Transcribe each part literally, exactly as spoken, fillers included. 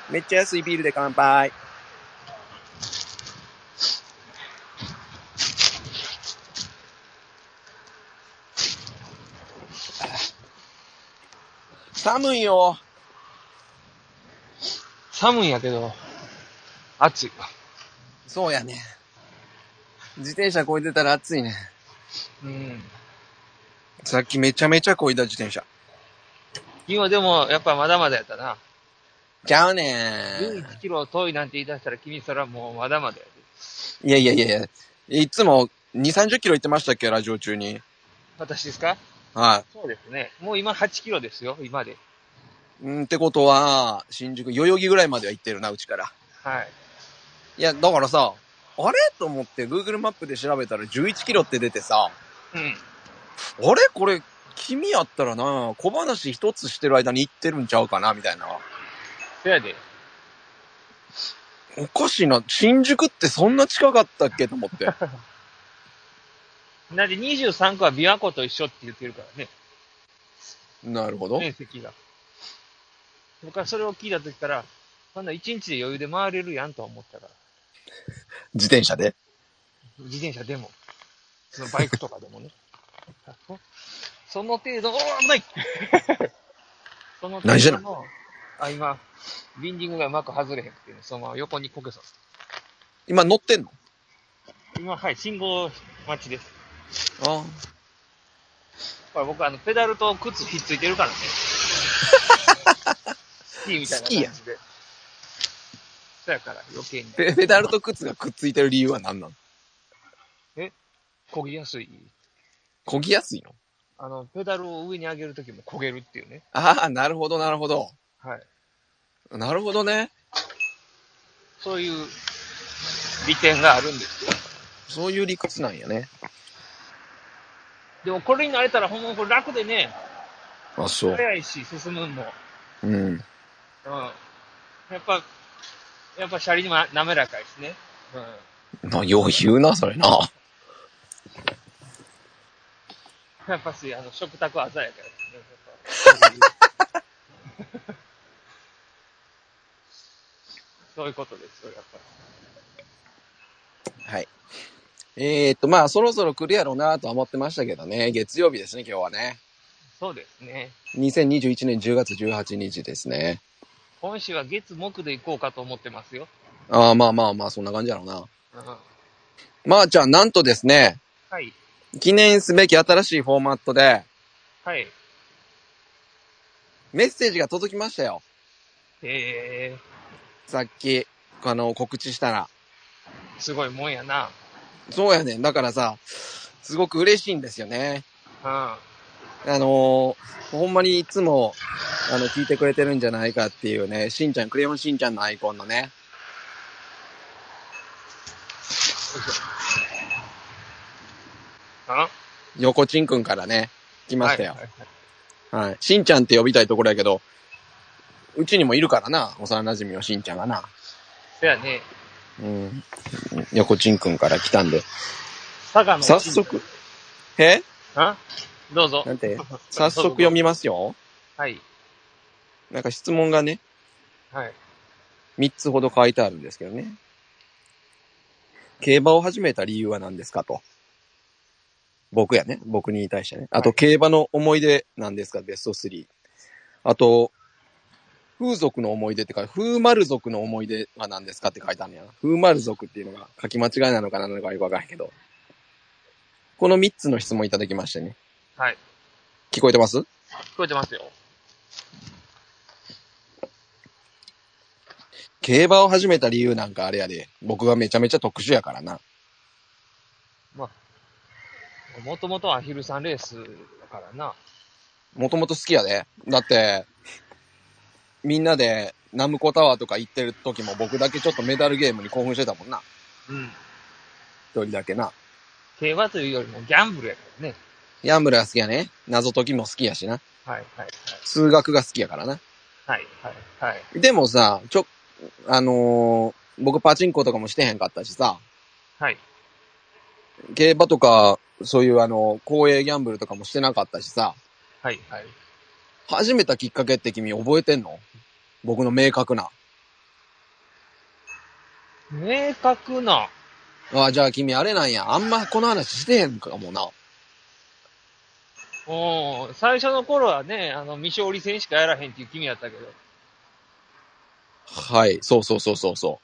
めっちゃ安いビールで乾杯。寒いよ。 寒いんやけど、暑いわ。 そうやね。自転車こいでたら暑いね。 うん。 さっきめちゃめちゃこいだ自転車。 今でも、やっぱまだまだやったな。 ちゃうねじゅういちキロ遠いなんて言い出したら君そらもうまだまだやで。 いやいやいやいや。いつもに、さんじゅっキロ行ってましたっけ、ラジオ中に。 私ですか？ はそうですね。もう今はちキロですよ、今で。 い。うんってことは、新宿、代々木ぐらいまでは行ってるな、うちから。 はい。 いや、だからさ、あれと思って Google マップで調べたらじゅういちキロって出てさ、 うん。 あれこれ、君やったらな、小話一つしてる間に行ってるんちゃうかなみたいな。 そやで。 おかしいな。新宿ってそんな近かったっけと思って。 なんでにじゅうさん区は琵琶湖と一緒って言ってるからね。 なるほど。 面積が。僕はそれを聞いた時から、こんないちにちで余裕で回れるやんと思ったから。 自転車で。 自転車でも。そのバイクとかでもね。その程度、おーないその程何してんの？ 度の、あ、今、ビンディングがうまく外れへんくてね、そのまま横にこけさせて。 今乗ってんの？ 今、はい、信号待ちです。 あこれ僕あの、ペダルと靴ひっついてるからね。スキーみたいな感じで。そやから余計に。 ペ、ペダルと靴がくっついてる理由は何なの？ え漕ぎやすい。 漕ぎやすいの？ あの、ペダルを上に上げるときも漕げるっていうね。 ああ、なるほど、なるほど。 はい。 なるほどね。 そういう利点があるんですよ。 そういう理屈なんやね。 でもこれに慣れたらほんまこれ楽でね、 あ、そう。 早いし進むんも。 うん。 うん。やっぱ、やっぱシャリにも滑らかいですね。うん。 な、よう言うな、それな。 やっぱし、あの、食卓鮮やかですね。そういうことですよ、やっぱはい。えーっと、まあ、そろそろ来るやろうなとは思ってましたけどね。月曜日ですね、今日はね。 そうですね。 にせんにじゅういちねんじゅうがつじゅうはちにちですね。 今週は月木で行こうかと思ってますよ。 ああ、まあまあまあ、そんな感じやろうな。 うん。 まあ、じゃあ、なんとですね、 はい。 記念すべき新しいフォーマットで、 はい。 メッセージが届きましたよ。 えさっき、あの、告知したら。 ー、すごいもんやな。 そうやねん。だからさ、すごく嬉しいんですよね。 うん。 あのー、ほんまにいつも、あの、聞いてくれてるんじゃないかっていうね、しんちゃん、クレヨンしんちゃんのアイコンのね。 あ横ちんくんからね、来ましたよ。 はい、はい、 はい。しんちゃんって呼びたいところやけど、うちにもいるからな、幼馴染のしんちゃんがな。 そやね。 うん。横ちんくんから来たんで。 佐賀の早速。えあどうぞ。 なんて早速読みますよ。 はい。 なんか質問がね、 はい。 みっつほど書いてあるんですけどね。競馬を始めた理由は何ですかと。僕やね。僕に対してね。あと、 はい競馬の思い出なんですか、ベストスリー。あと、風俗の思い出ってか、風丸族の思い出は何ですかって書いてあるんやな。風丸族っていうのが書き間違いなのかなのかよくわからんけど。このみっつの質問いただきましてね。 はい。 聞こえてます？ 聞こえてますよ。 競馬を始めた理由なんかあれやで。僕がめちゃめちゃ特殊やからな。 まあ、もともとアヒルさんレースだからな。 もともと好きやで。だって、みんなでナムコタワーとか行ってる時も僕だけちょっとメダルゲームに興奮してたもんな。 うん。 一人だけな。 競馬というよりもギャンブルやからね。 ギャンブルが好きやね。謎解きも好きやしな。 はい、はい、はい。 数学が好きやからな。 はい、はい、はい。 でもさ、ちょ、あのー、僕パチンコとかもしてへんかったしさ、 はい。 競馬とか、そういうあの、公営ギャンブルとかもしてなかったしさ、 はい、はい。 始めたきっかけって君覚えてんの？僕の明確な。 明確な。 ああ、じゃあ君あれなんや。あんまこの話してへんかもな。 うん。最初の頃はね、あの、未勝利戦しかやらへんっていう君やったけど。 はい。そうそうそうそうそう。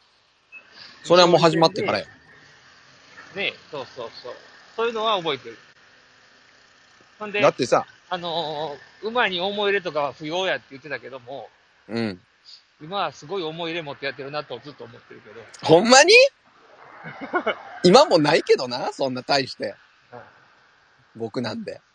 そ未勝利れはもう始ま戦で、 ってからや。 ね、そうそうそう。そういうのは覚えてる。ほんで、 だってさ、 あのー馬に思い入れとかは不要やって言ってたけども、 うん。 今はすごい思い入れ持ってやってるなとずっと思ってるけど。 ほんまに今もないけどな、そんな大して。僕なんで。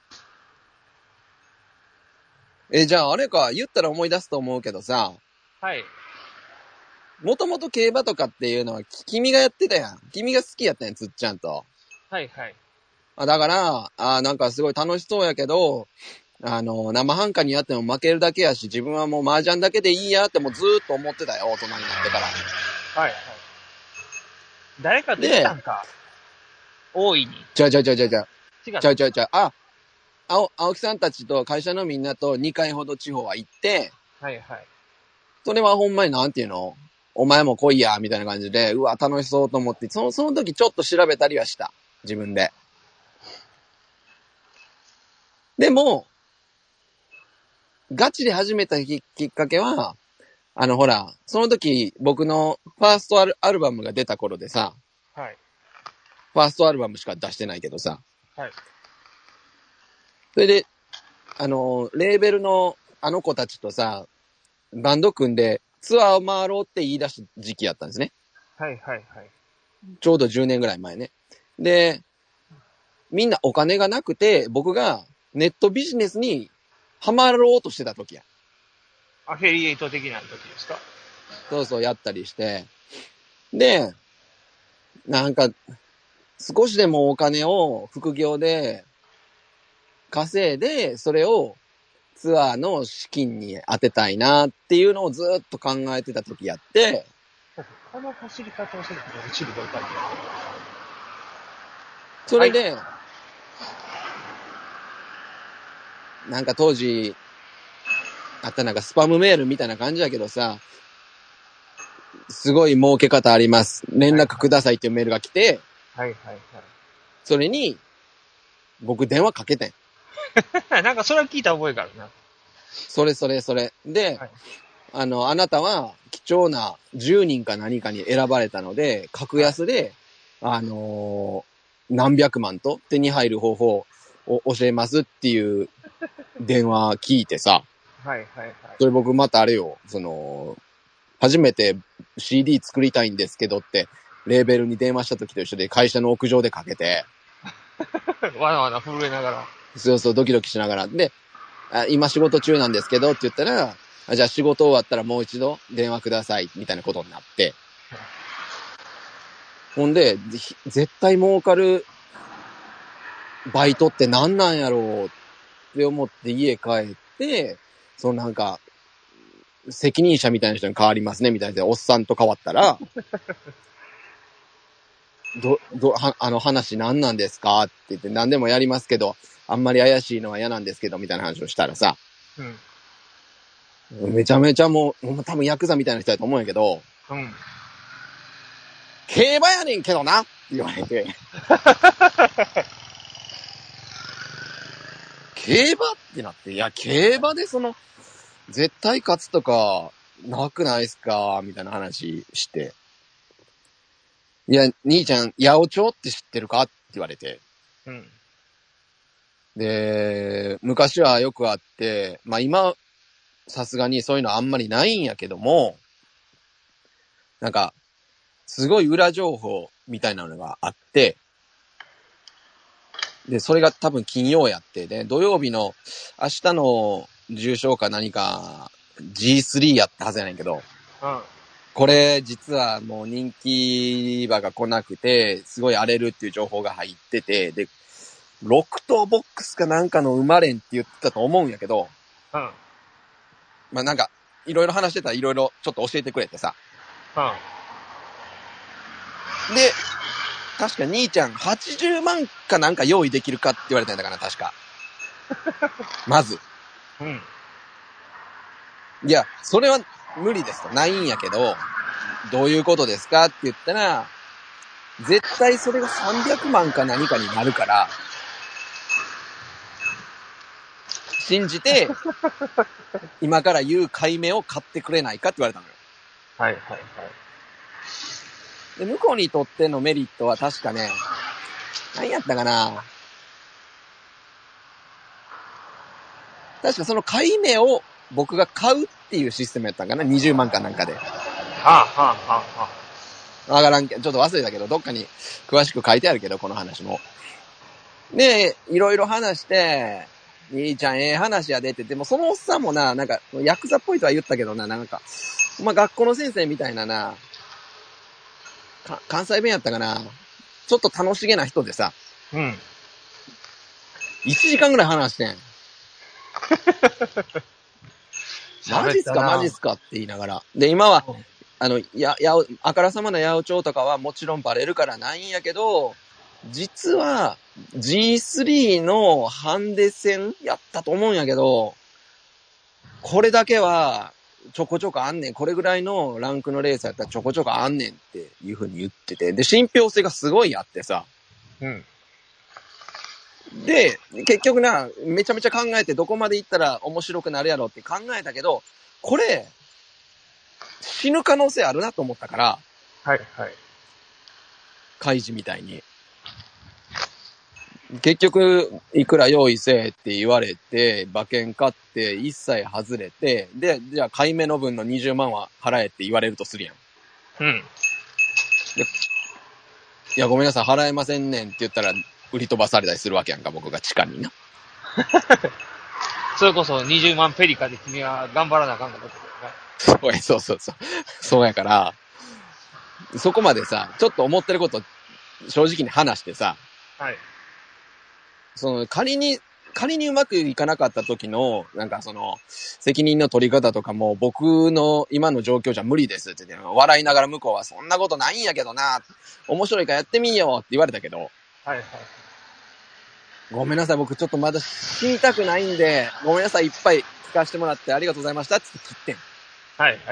え、じゃああれか、言ったら思い出すと思うけどさ、 はい。 もともと競馬とかっていうのは君がやってたやん。君が好きやったやん、つっちゃんと。 はいはい。 あだから、あなんかすごい楽しそうやけど、あの、生半可にやっても負けるだけやし、自分はもう麻雀だけでいいやってもうずーっと思ってたよ、大人になってから。 はいはい。誰かと言ったで、 んか。大いに。 ちゃうちゃうちゃうちゃうちゃう。 違った。 ちゃうちゃうちゃう。あ、青、青木さんたちと会社のみんなとにかいほど地方は行って、 はいはい。 それはほんまになんていうのお前も来いや、みたいな感じで、うわ、楽しそうと思って、その、その時ちょっと調べたりはした。自分で。でも、ガチで始めたききっかけは、あのほら、その時僕のファーストアルアルバムが出た頃でさ、 はい。 ファーストアルバムしか出してないけどさ、 はい。 それで、あの、レーベルのあの子たちとさ、バンド組んでツアーを回ろうって言い出した時期やったんですね。 はいはいはい。 ちょうどじゅうねんぐらい前ね。で、みんなお金がなくて、僕がネットビジネスにハマろうとしてた時や。 アフィリエイト的な時ですか？ そうそうやったりして。で、なんか、少しでもお金を副業で稼いで、それをツアーの資金に当てたいなっていうのをずっと考えてた時やって、 この走り方をすると一部で書いてある。 それで、はい、なんか当時、あったなんかスパムメールみたいな感じやけどさ、すごい儲け方あります。連絡くださいっていうメールが来て、 はいはいはい。 それに、僕電話かけてん。 なんかそれは聞いた覚えがあるな。 それそれそれ。で、はい、あの、あなたは貴重なじゅうにんか何かに選ばれたので、格安で、はい、あのー、何百万と手に入る方法を教えますっていう電話聞いてさ。 はいはいはい。 それ僕またあれよ、その、初めて シーディー 作りたいんですけどって、レーベルに電話した時と一緒で会社の屋上でかけて。 わなわな震えながら。 そうそう、ドキドキしながら。で、あ今仕事中なんですけどって言ったら、あじゃあ仕事終わったらもう一度電話ください、みたいなことになって。ほんで、絶対儲かるバイトって何なんやろうって思って家帰って、そのなんか、責任者みたいな人に変わりますね、みたいなおっさんと変わったら、ど、ど、は、あの話何なんですかって言って何でもやりますけど、あんまり怪しいのは嫌なんですけど、みたいな話をしたらさ、うん、めちゃめちゃもう、多分ヤクザみたいな人だと思うんやけど、うん、競馬やねんけどなって言われて、競馬ってなって、いや、競馬でその、絶対勝つとか、なくないっすかみたいな話して、いや、兄ちゃん、八百長って知ってるかって言われて。うん。で、昔はよくあって、まあ今、さすがにそういうのあんまりないんやけども、なんか、すごい裏情報みたいなのがあって、で、それが多分金曜やってね、土曜日の明日の重賞か何か ジースリー やったはずやねんけど、うん。これ実はもう人気馬が来なくて、すごい荒れるっていう情報が入ってて、で、ろく頭ボックスかなんかの馬連って言ってたと思うんやけど、うん。まあなんか、いろいろ話してたらいろいろちょっと教えてくれてさ。うん。で、確か兄ちゃんはちじゅうまんかなんか用意できるかって言われたんだから、確か。まず。うん。いや、それは無理ですと。ないんやけど、 どういうことですかって言ったら、絶対それがさんびゃくまんか何かになるから、信じて、今から言う買い目を買ってくれないかって言われたのよ。 はいはいはい。 で、向こうにとってのメリットは確かね、何やったかな。確かその買い目を僕が買うっていうシステムやったんかな。にじゅうまんかなんかで。 はあはあはあはあ。 わからんけど、ちょっと忘れたけど、どっかに詳しく書いてあるけど、この話も。で、いろいろ話して、兄ちゃんええ話やでって言って、もそのおっさんもな、なんか、ヤクザっぽいとは言ったけどな、なんか、まあ、学校の先生みたいなな、か関西弁やったかな。ちょっと楽しげな人でさ、 うん。 いちじかんぐらい話してん。マジっすかマジっすかって言いながら。で、今は、 うんあの、や、やお、あからさまな八百長とかはもちろんバレるからないんやけど、実は ジースリー のハンデ戦やったと思うんやけど、これだけはちょこちょこあんねん。これぐらいのランクのレースやったらちょこちょこあんねんっていう風に言ってて。で、信憑性がすごいあってさ。 うん。 で、結局な、めちゃめちゃ考えてどこまで行ったら面白くなるやろって考えたけど、これ、死ぬ可能性あるなと思ったから、 はいはい。 開示みたいに。結局、いくら用意せえって言われて、馬券買って一切外れて、で、じゃあ買い目の分のにじゅうまんは払えって言われるとするやん。 うん。 で、いやごめんなさい払えませんねんって言ったら、売り飛ばされたりするわけやんか、僕が地下にな。 それこそにじゅうまんペリカで君は頑張らなあかんかったってそうや、そうそうそう。そうやから、そこまでさ、ちょっと思ってること正直に話してさ、 はい。 その仮に、仮にうまくいかなかった時の、なんかその、責任の取り方とかも僕の今の状況じゃ無理ですって言って、笑いながら向こうはそんなことないんやけどな、面白いからやってみようって言われたけど、 はいはい。 ごめんなさい、僕ちょっとまだ死にたくないんで、ごめんなさい、いっぱい聞かせてもらってありがとうございましたって言って切ってん。 はいはいはい。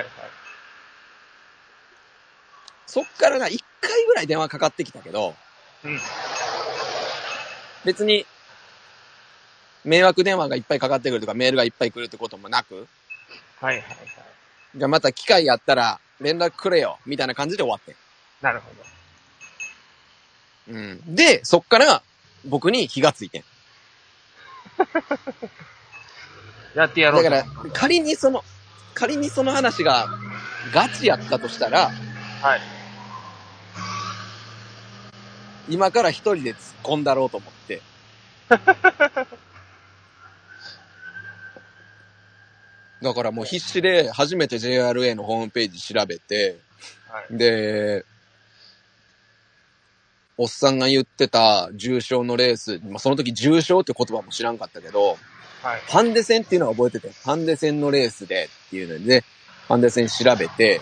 そっからな、いっかいぐらい電話かかってきたけど、 うん。 別に、迷惑電話がいっぱいかかってくるとか、メールがいっぱい来るってこともなく、 はいはいはい。 じゃあまた機会やったら連絡くれよ、みたいな感じで終わってん。 なるほうど。 ん。で、そっから僕に火がついてん。 やってやろうと。 だから、仮にその、仮にその話がガチやったとしたら、 はい。 今から一人で突っ込んだろうと思って。だからもう必死で初めて ジェイアールエー のホームページ調べて、 はい。 で、おっさんが言ってた重賞のレース、まあ、その時重賞って言葉も知らんかったけど、 はい。 ハンデ戦っていうのは覚えてて、ハンデ戦のレースでっていうので、ハンデ戦調べて、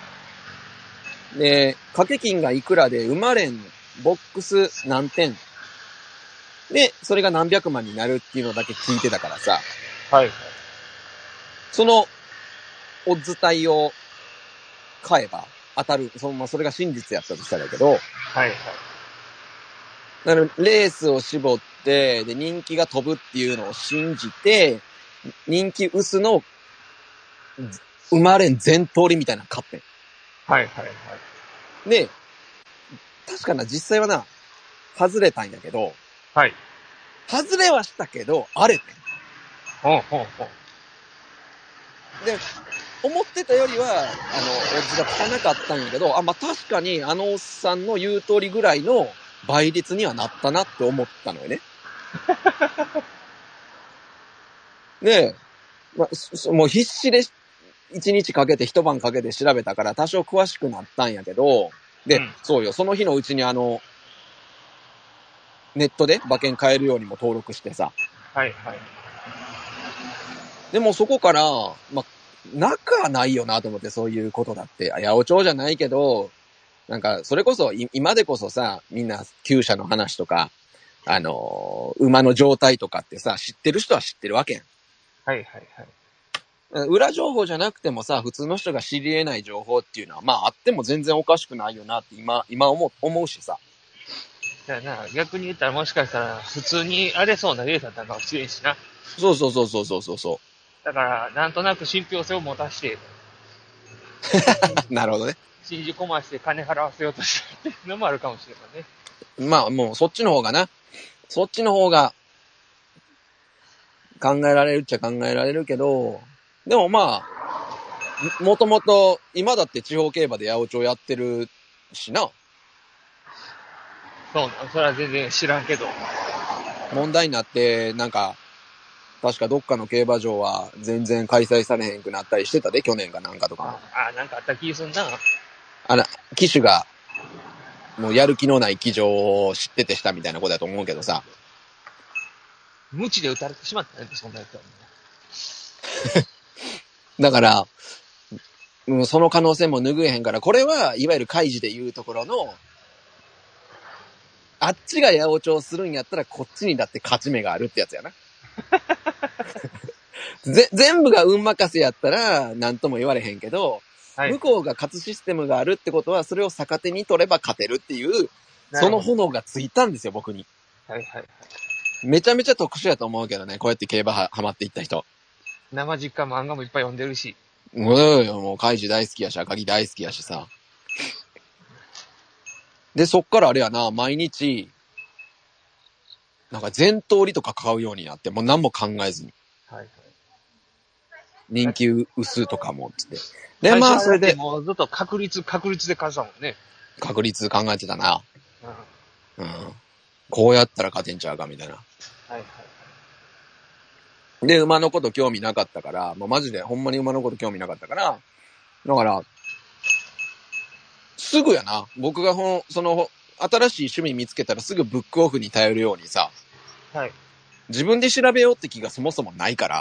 で、掛け金がいくらで、馬連、ボックス何点で、それが何百万になるっていうのだけ聞いてたからさ、 はい。 その、オッズ帯を買えば当たる。そのまあ、それが真実やったとしたらだけど、 はいはい。 だからレースを絞って、で、人気が飛ぶっていうのを信じて、人気薄の馬連全通りみたいなの買ってん。 はいはいはい。 で、確かな、実際はな、外れたんやけど、 はい。 外れはしたけど、荒れてん。 ほうほうほう。 で、思ってたよりは、あの、オッズがつかなかったんやけど、あ、まあ、確かにあのおっさんの言う通りぐらいの倍率にはなったなって思ったのよね。で、まあ、もう必死で一日かけて一晩かけて調べたから多少詳しくなったんやけど、で、うん、そうよ、その日のうちにあの、ネットで馬券買えるようにも登録してさ。 はいはい。 でもそこから、まあ、なくはないよなと思って、そういうことだって。八百長じゃないけど、なんか、それこそ、今でこそさ、みんな、厩舎の話とか、あのー、馬の状態とかってさ、知ってる人は知ってるわけやん。 はいはいはい。 裏情報じゃなくてもさ、普通の人が知り得ない情報っていうのは、まああっても全然おかしくないよなって今、今思う、思うしさ。 だからな、逆に言ったらもしかしたら普通に荒れそうなレースだったのかもしれんしな。 そうそうそうそうそうそうそだから、なんとなく信憑性を持たして、 う。なるほどね。 信じ込まして金払わせようとしたっていうのもあるかもしれないね。 まあもうそっちの方がな。そっちの方が考えられるっちゃ考えられるけど、でもまあ、もともと今だって地方競馬で八百長やってるしな。 そうなん、それは全然知らんけど。 問題になって、なんか、確かどっかの競馬場は全然開催されへんくなったりしてたで、去年かなんかとかも。 あ、なんかあった気すんな。 あら、騎手が、もうやる気のない騎乗を知っててしたみたいなことだと思うけどさ。 無知で撃たれてしまったね、そんなやつは。 だから、うん、その可能性も拭えへんから、これはいわゆる開示で言うところの、あっちが八百長するんやったらこっちにだって勝ち目があるってやつやな。ぜ、全部が運任せやったら何とも言われへんけど、 はい、 向こうが勝つシステムがあるってことは、それを逆手に取れば勝てるっていう、その炎がついたんですよ、僕に。 はいはいはい。 めちゃめちゃ特殊やと思うけどね、こうやって競馬はハマっていった人。 生実家漫画もいっぱい読んでるし。 うん、もう、カイジ大好きやし、赤木大好きやしさ。で、そっからあれやな、毎日、なんか全通りとか買うようになって、もう何も考えずに。 はいはい。 人気薄とかも、つって。で、まあ、それで。 もうずっと確率、確率で勝つたもんね。 確率考えてたな。 うん。 うん。こうやったら勝てんちゃうか、みたいな。 はいはい。 で、馬のこと興味なかったから、もうマジでほんまに馬のこと興味なかったから、だから、すぐやな。僕がほん、その、新しい趣味見つけたらすぐブックオフに頼るようにさ、 はい。 自分で調べようって気がそもそもないから、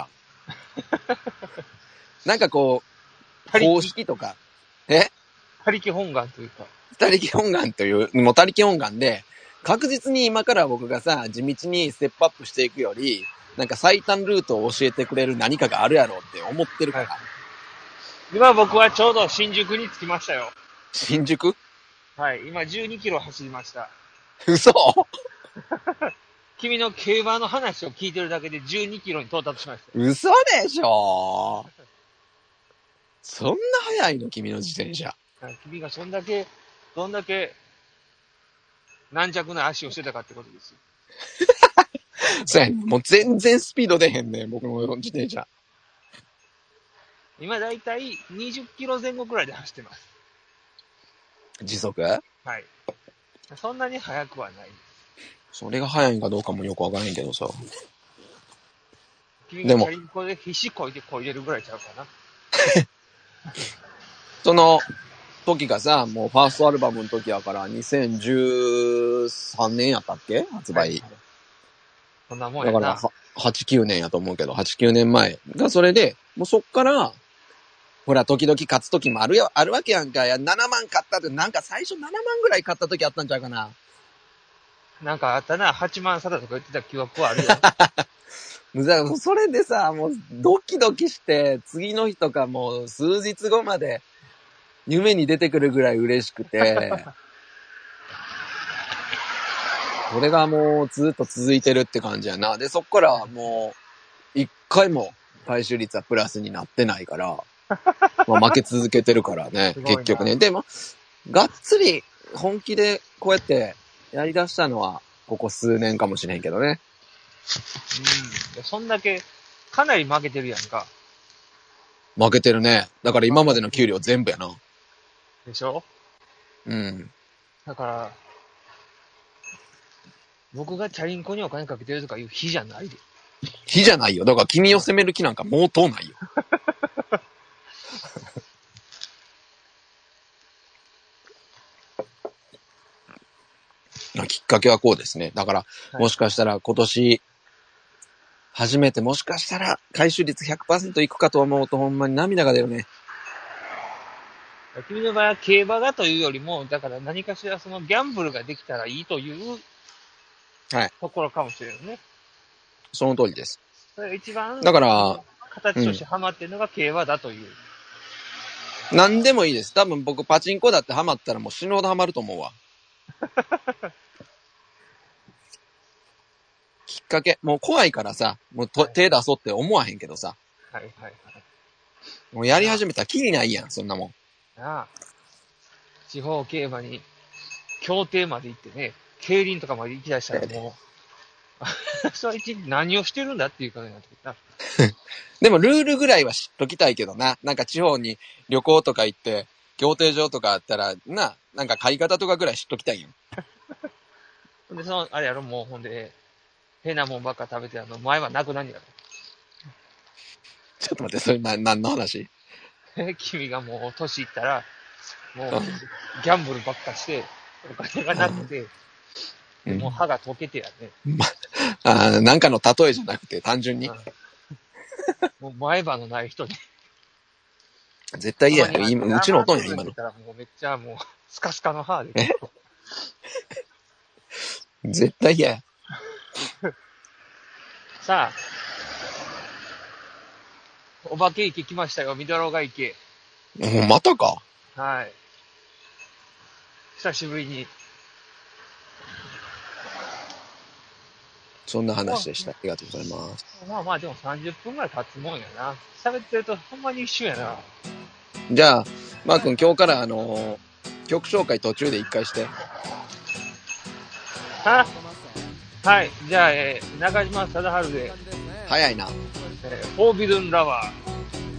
なんかこう、公式とか、え他力本願というか。 他力本願という、もう他力本願で、確実に今から僕がさ、地道にステップアップしていくより、なんか最短ルートを教えてくれる何かがあるやろうって思ってるから。はい、 今僕はちょうど新宿に着きましたよ。 新宿？ はい。今じゅうにキロ走りました。 嘘君の競馬の話を聞いてるだけでじゅうにキロに到達しました。 嘘でしょそんな速いの君の自転車。 君がそんだけ、どんだけ軟弱な足をしてたかってことですよ。 そうやね。もう全然スピード出へんね、僕の自転車。 今だいたいにじゅっキロ前後くらいで走ってます。 時速？ はい。そんなに速くはない。 それが速いんかどうかもよくわからへんけどさ。 君がチャリンコで必死こいてこいでるぐらいちゃうかな。 その時がさ、もうファーストアルバムの時やからにせんじゅうさんねんやったっけ発売。はい、 そんなもんやな。 だからはち、きゅうねんやと思うけど、はち、きゅうねんまえがそれで、もうそっから、ほら、時々勝つ時もあるよ、あるわけやんか。や、ななまん買ったって、なんか最初ななまんぐらい買った時あったんちゃうかな。 なんかあったな、はちまん差だとか言ってた記憶はあるよ。 それでさ、もうドキドキして、次の日とかもう数日後まで夢に出てくるぐらい嬉しくて、それがもうずっと続いてるって感じやな。で、そっからもう一回も回収率はプラスになってないから、まあ負け続けてるからね、結局ね。でも、がっつり本気でこうやってやり出したのはここ数年かもしれんけどね。 うん。そんだけ、かなり負けてるやんか。 負けてるね。だから今までの給料全部やな。 でしょ？ うん。 だから、僕がチャリンコにお金かけてるとかいう日じゃないで。 日じゃないよ。だから君を責める気なんかもうとうないよ。きっかけはこうですね。だから、はい、もしかしたら今年、初めてもしかしたら回収率 ひゃくパーセント いくかと思うとほんまに涙が出るね。 君の場合は競馬がというよりも、だから何かしらそのギャンブルができたらいいというはい。 ところかもしれないね。 その通りです。 それが一番だから形としてハマってるのが競馬だという。 何でもいいです。多分僕パチンコだってハマったらもう死ぬほどハマると思うわ。きっかけ、もう怖いからさ、もうと、はい、手出そうって思わへんけどさ。 はいはいはい。 もうやり始めたらキリないやん、そんなもん。 ああ。地方競馬に、競艇まで行ってね、競輪とかまで行き出したらもう、それ一日何をしてるんだっていう感じになってくるな。 でもルールぐらいは知っときたいけどな。なんか地方に旅行とか行って、競艇場とかあったら、な、なんか買い方とかぐらい知っときたいよ。 で、その、あれやろ、もうほんで、変なもんばっか食べて、あの、前はなくなんやろ。 ちょっと待って、それな、何の話？ 君がもう年いったら、もう、ギャンブルばっかして、お金がなくて、うん、もう歯が溶けてやね。 ま、あなんかの例えじゃなくて、単純に。 もう前歯のない人に。 絶対嫌や。今、うちのおとんや、今の。 もうめっちゃもう、スカスカの歯で。 え絶対嫌や。 さあ、お化け池来ましたよ、ミドロガ池。 もうまたか。 はい。久しぶりに。 そんな話でした。ありがとうございます。 まあまあ、でもさんじゅっぷんぐらい経つもんやな。喋ってるとほんまに一瞬やな。 じゃあ、マー君今日からあのー、曲紹介途中で一回して。 ははい。じゃあ、えー、中島貞治で。 早いな。 えー、フォービドゥンラバー。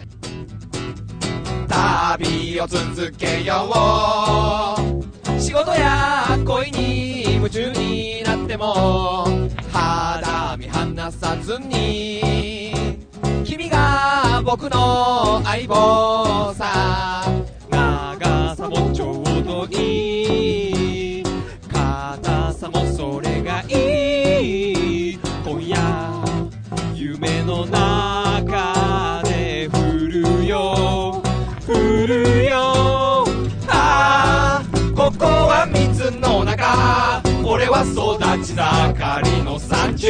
旅を続けよう。仕事や恋に夢中になっても肌身離さずに君が僕の相棒さ。長さもちょうどいい、硬さもそれがいい。今夜夢の中で降るよ降るよ。ああここは水の中、俺は育ち盛りの山中。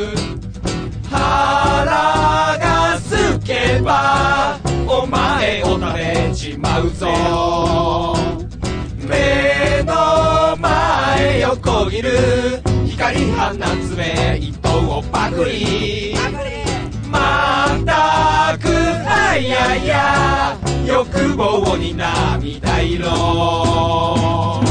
腹がすけばお前を食べちまうぞ。目の前横切る光放つ目糸をパクリ。まったくあやや欲望に涙色。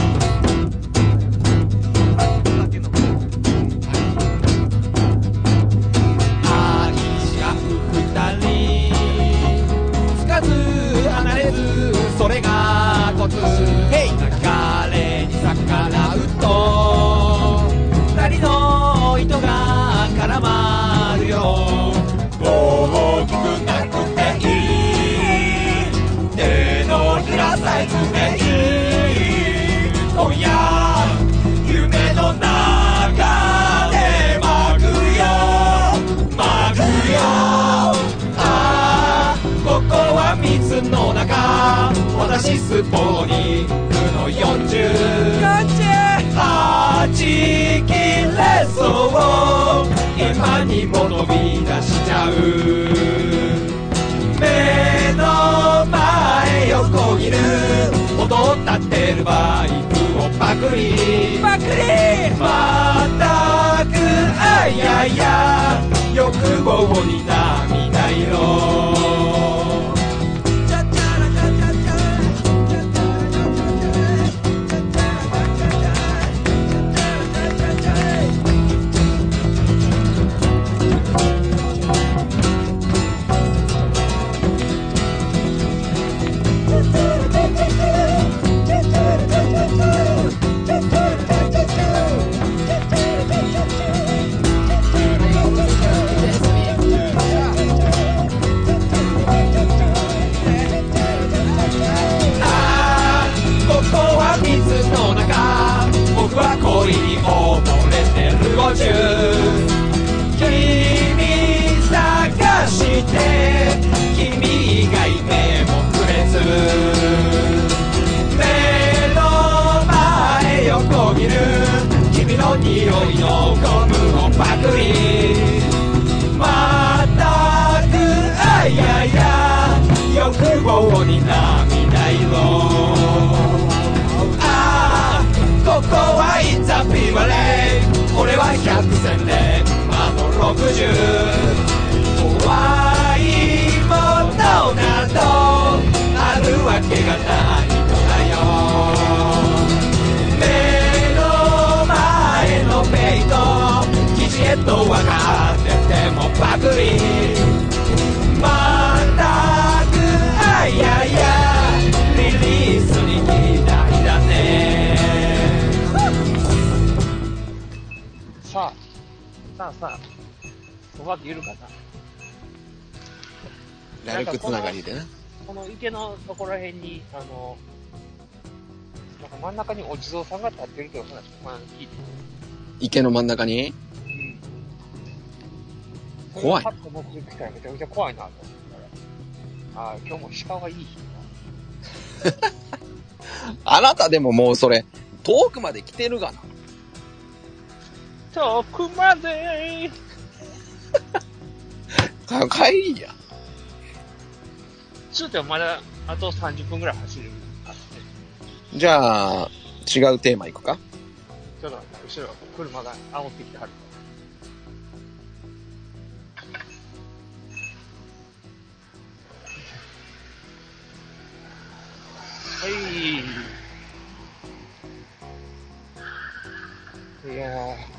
愛し合う二人つかず離れず、それがコツ。流れに逆らうと二人の糸が絡まるよ。大きくなくていい、手のひらサイズでいい。今夜夢の中で巻くよ巻くよ。ああここは水の中、私スポーニングのよんじゅうはちきれそう今にも飛び出しちゃう。目の前横切る音立ってるバイクをパクリパクリ。まったくあやや欲望に涙色。 服従怖いものなどあるわけがないのだよ目の前のフェイト記事へと分かっててもパクリまったくあややリリースに期待だねさあ、さあさあ、そばっているかな。 ラルクつながりでな。 この池のところらへんに、あの、なんか真ん中にお地蔵さんが立ってるっていう話、まあ、聞いて。 池の真ん中にうん。 怖いパッと目撃したらめちゃくちゃ怖いなと思ったら、ああ、今日も鹿がいい日だ。 あなたでももうそれ、遠くまで来てるがな。 遠くまで帰りや。 ちょっとまだあとさんじゅっぷんぐらい走れるからね。 じゃあ、違うテーマいくか。 ちょっと後ろ車が煽ってきてはる。はい。いや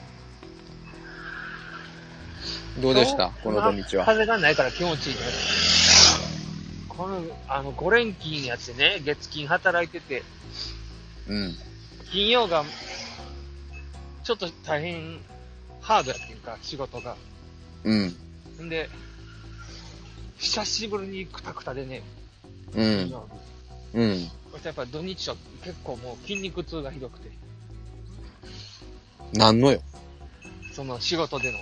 ー。 どうでしたこの土日は。 風がないから気持ちいいね。この、あの、ご連勤やってね、月金働いてて、 うん。 金曜が、ちょっと大変、ハードやっていうか、仕事が。 うん。 んで、久しぶりにクタクタでね、 うん。うん。 そしてやっぱ土日は結構もう筋肉痛がひどくて。 なんのよ。 その仕事でのね。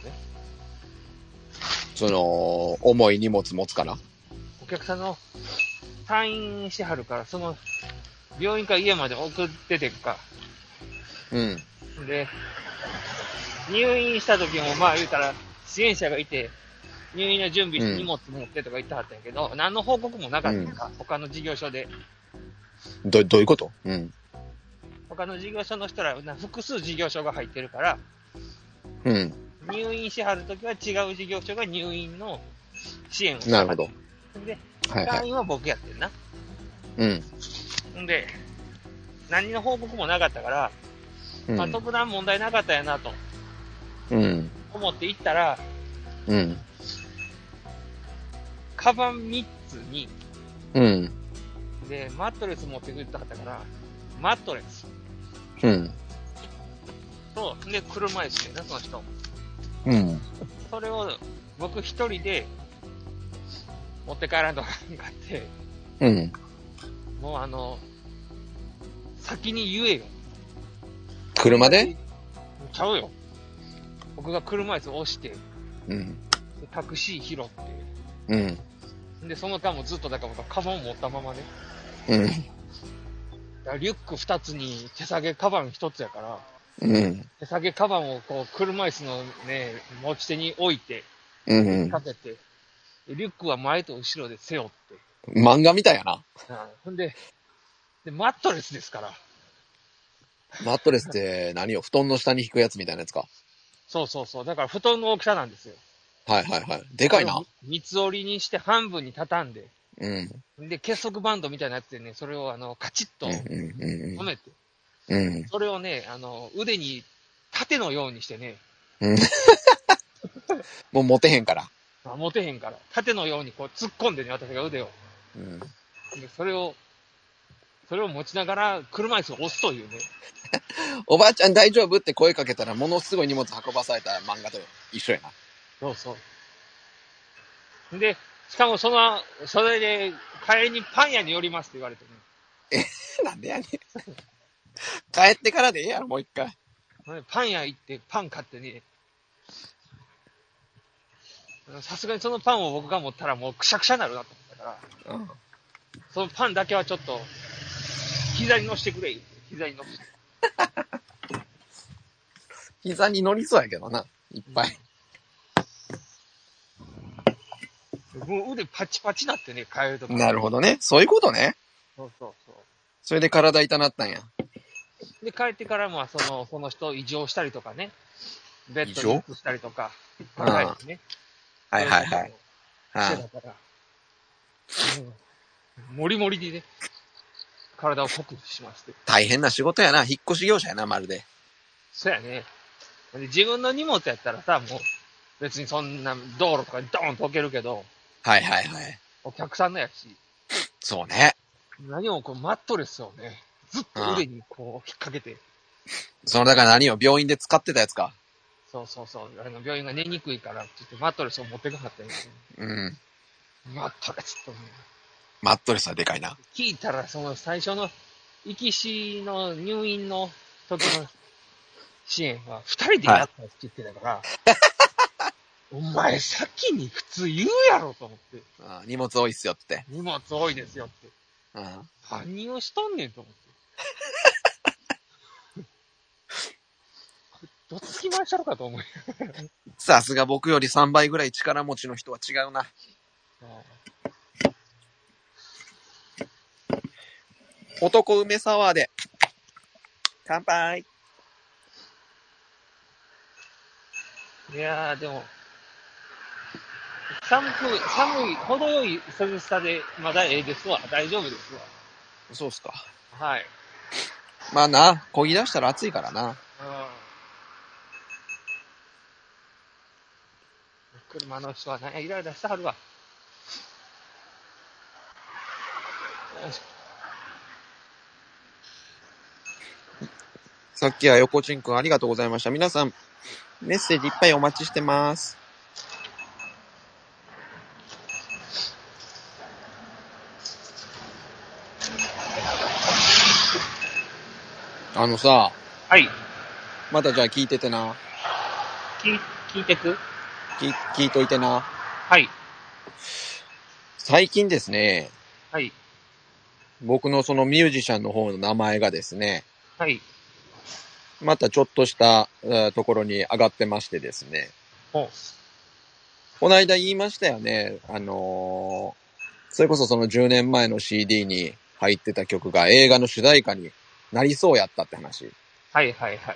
その、重い荷物持つから。 お客さんの退院しはるから、その、病院から家まで送っててか。 うん。 で、入院した時もまあ言うたら、支援者がいて、入院の準備して荷物持ってとか言ってはったんやけど、うん、何の報告もなかったんか、うん、他の事業所で。 ど、どういうことうん。 他の事業所の人ら、複数事業所が入ってるから、 うん。 入院しはるときは違う事業所が入院の支援をしてなるほど。 で、 はいはい、 退院は僕やってんな。 うん。 んで、何の報告もなかったから、うん、まあ、特段問題なかったやなと。 うん。 思って行ったら、 うん。 カバンみっつに、 うん。 で、マットレス持ってくれたかったから、マットレス。 うん。 と、で、車椅子でな、その人。 うん。 それを、僕一人で、持って帰らんとかんかって、 うん。 もうあの、先に言えよ。 車でちゃうよ。僕が車椅子を押して、 うん。 でタクシー拾って、 うん。 で、その間もずっとだから僕はカバンを持ったままね。 うん。 だからリュック二つに手提げカバン一つやから、 うん。 手提げカバンをこう車椅子のね、持ち手に置いて、 うん。 かけて、リュックは前と後ろで背負って。 漫画みたいやな。 ほんで、で、マットレスですから。 マットレスって何よ布団の下に引くやつみたいなやつか。 そうそうそう。だから布団の大きさなんですよ。 はいはいはい。でかいな。 三つ折りにして半分に畳んで。 うん。 で、結束バンドみたいなやつでね、それをあの、カチッと止めて。 うん。うん、 それをね、あの、腕に盾のようにしてね。 うん。もう持てへんから。 あ持てへんから。盾のようにこう突っ込んでね、私が腕を。 うん。 で、それを、それを持ちながら車椅子を押すというね。 おばあちゃん大丈夫って声かけたらものすごい荷物運ばされた漫画と一緒やな。 そうそう。で、しかもその、それで帰りにパン屋に寄りますって言われてね。 え、なんでやねん。帰ってからでええやろ、もう一回。 パン屋行ってパン買ってね。さすがにそのパンを僕が持ったらもうくしゃくしゃになるなと思ったから、うん、そのパンだけはちょっと、膝に乗せてくれ。膝に乗せて。 膝に乗りそうやけどな、いっぱい。 もう腕パチパチなってね、帰るとか。 なるほどね。そういうことね。 そうそうそう。 それで体痛なったんや。 で、帰ってからもその、その人異常したりとかね。 ベッドに移したりとか、 うん考えてね。 はいはいはい。 してたから、うん、もりもりにね、体を濃くしまして。 大変な仕事やな。引っ越し業者やな、まるで。 そうやね。で自分の荷物やったらさ、もう、別にそんな道路とかにドーンと置けるけど、 はいはいはい。 お客さんのやし。 そうね。 何もこうマットレスをね、ずっと腕にこう引っ掛けて。 そのだから何を病院で使ってたやつか。 そうそうそう。あの病院が寝にくいから、ちょっとマットレスを持ってかかったんやけど。 うん。 マットレスとね。 マットレスはでかいな。 聞いたら、その最初の、行きしの入院の時の支援は二人でやったって言ってたから、お前先に普通言うやろと思って。 ああ荷物多いっすよって。 荷物多いですよって。 うん、 何をしとんねんと思って。どつきましょうかと思う。 さすが僕よりさんばいぐらい力持ちの人は違うな。男梅サワーで。乾杯。 いやー、でも、寒く、寒い、程よい涼しさで、まだええですわ。大丈夫ですわ。 そうっすか。 はい。 まあな、漕ぎ出したら暑いからな。 うん。車の人はね、イライラしてはるわ。よし。 さっきは横ちんくんありがとうございました。皆さん、メッセージいっぱいお待ちしてます。あのさ、 はい。 またじゃあ聞いててな。 聞、聞いてく？ 聞、聞いといてな。 はい。 最近ですね、 はい。 僕のそのミュージシャンの方の名前がですね、 はい。 またちょっとした、えーところに上がってましてですね。 ほう。 この間言いましたよね。あのー、それこそそのじゅうねんまえの シーディー に入ってた曲が映画の主題歌になりそうやったって話。 はいはいはいはい。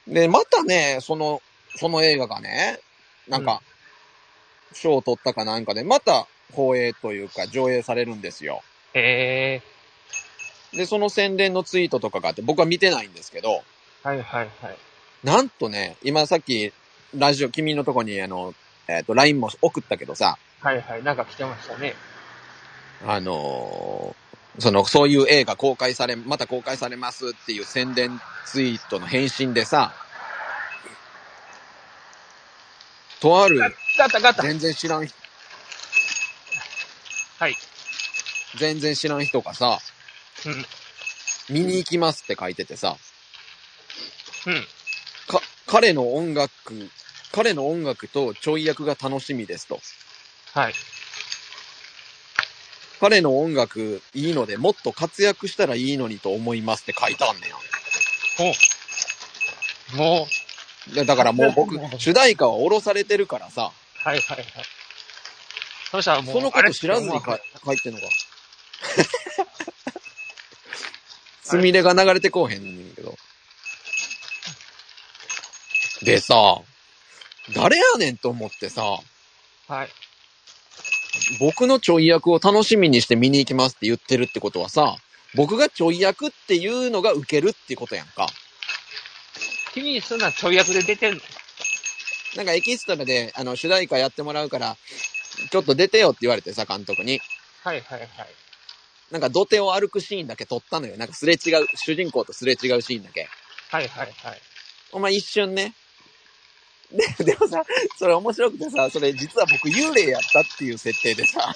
で、またね、その、その映画がね、なんか、賞を取ったかなんかで、また放映というか上映されるんですよ。 へー。で、その宣伝のツイートとかがあって、僕は見てないんですけど、 はいはいはい。 なんとね、今さっき、ラジオ、君のとこにあの、えっと、ライン も送ったけどさ、 はいはい、なんか来てましたね。 あのー、その、そういう映画公開され、また公開されますっていう宣伝ツイートの返信でさ、とある、 ガタガタ。 全然知らん人、 はい。 全然知らん人がさ、 うん。 見に行きますって書いててさ、 うん。 か、彼の音楽、彼の音楽とちょい役が楽しみですと。 はい。 彼の音楽いいのでもっと活躍したらいいのにと思いますって書いてあんねん。もう。でだからもう僕、主題歌は下ろされてるからさ。 はいはいはい。そしたらもう、 そのこと知らずにか書いてんのか。すみれが流れてこうへんねんけど。でさ、誰やねんと思ってさ、 はい。 僕のちょい役を楽しみにして見に行きますって言ってるってことはさ、僕がちょい役っていうのが受けるってことやんか。 君、そんなちょい役で出てんの？ なんかエキストラで、あの、主題歌やってもらうから、ちょっと出てよって言われてさ、監督に。 はいはいはい。 なんか土手を歩くシーンだけ撮ったのよ。なんかすれ違う、主人公とすれ違うシーンだけ。 はいはいはい。 お前一瞬ね。で、でもさ、それ面白くてさ、それ実は僕幽霊やったっていう設定でさ、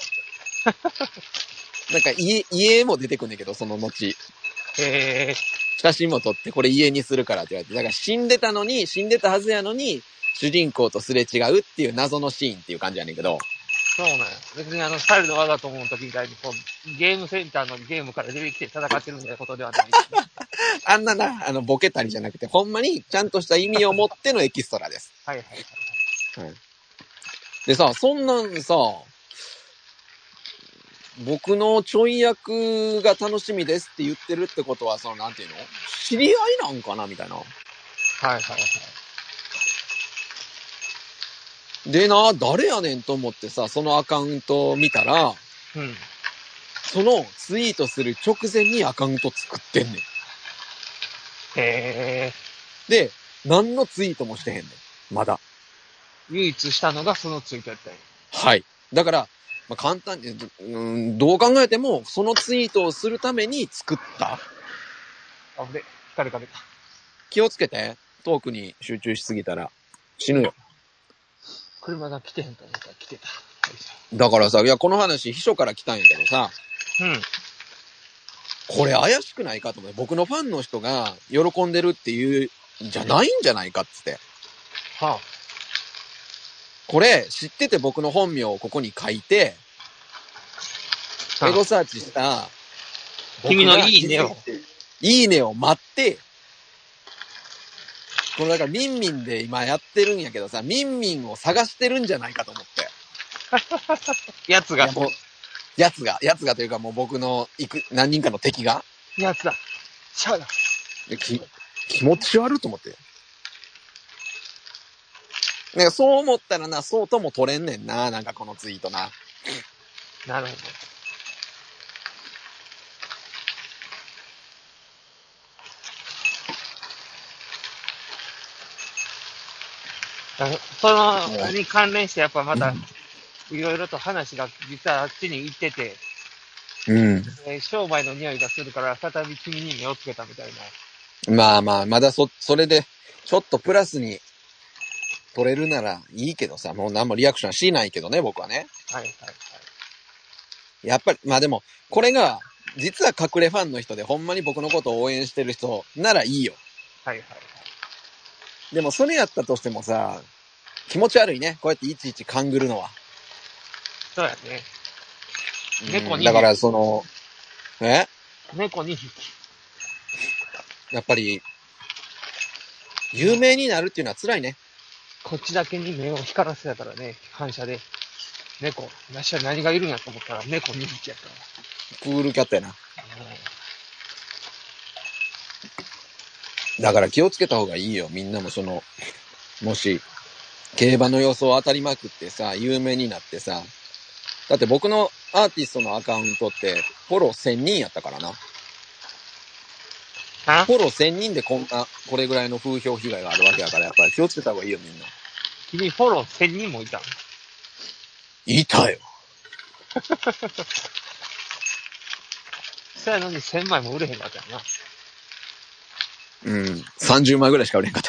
なんか家、家も出てくんねんけど、その後。 へー。 写真も撮ってこれ家にするからって言われて、だから死んでたのに、死んでたはずやのに、主人公とすれ違うっていう謎のシーンっていう感じやねんけど。 そうなんや。別にあの、スタイルの輪だと思う時みたいに、こう、ゲームセンターのゲームから出てきて戦ってるみたいなことではない。 あんなな、あの、ボケたりじゃなくて、ほんまにちゃんとした意味を持ってのエキストラです。 はいはいはい。 はい。でさ、そんなんさ、僕のちょい役が楽しみですって言ってるってことは、その、なんていうの？知り合いなんかなみたいな。 はいはいはい。 でな、誰やねんと思ってさ、そのアカウントを見たら、 うん。 そのツイートする直前にアカウント作ってんねん。 へで、何のツイートもしてへんねん。まだ。 ー。唯一したのがそのツイートやったんや。 はい。だから、まあ、簡単に、うん、どう考えても、そのツイートをするために作った。 あぶね、光かけた。 気をつけて。トークに集中しすぎたら死ぬよ。 車が来てへんと思ったら来てた。 だからさ、いや、この話、秘書から来たんやけどさ、 うん。 これ怪しくないかと思って、僕のファンの人が喜んでるっていうんじゃないんじゃないかっつって。 はあ。 これ、知ってて僕の本名をここに書いて、エゴサーチした、 君のいいねを。 いいねを待って、このだからミンミンで今やってるんやけどさ、ミンミンを探してるんじゃないかと思って。 やつが。 もう、やつが、やつがというかもう僕のいく、何人かの敵が。 やつだ。シャーだ。 き、気持ち悪いと思って。なんかそう思ったらな、そうとも取れんねんな、なんかこのツイートな。 なるほど。その、に関連してやっぱまた、いろいろと話が実はあっちに行ってて、 うん。 えー商売の匂いがするから、再び君に目をつけたみたいな。まあまあ、まだそ、それで、ちょっとプラスに取れるならいいけどさ、もう何もリアクションしないけどね、僕はね。 はいはいはい。 やっぱり、まあでも、これが、実は隠れファンの人で、ほんまに僕のことを応援してる人ならいいよ。 はいはいはい。 でもそれやったとしてもさ、気持ち悪いね。こうやっていちいち勘ぐるのは。 そうやね。猫にひき。 だからその、え猫にひき。 やっぱり、有名になるっていうのは辛いね。 こっちだけに目を光らせたからね、反射で。猫。なしは何がいるんやと思ったら猫にひきやったから。 クールキャットやな。だから気をつけた方がいいよ。みんなもその、もし、競馬の予想当たりまくってさ、有名になってさ、だって僕のアーティストのアカウントって、フォローせんにんやったからな。フォローせんにんでこんな、これぐらいの風評被害があるわけだから、やっぱり気をつけた方がいいよ、みんな。 君フォローせんにんもいたの？ いたよ。 そやのにせんまいも売れへんかったよな。 うん。さんじゅうまいぐらいしか売れへんかった。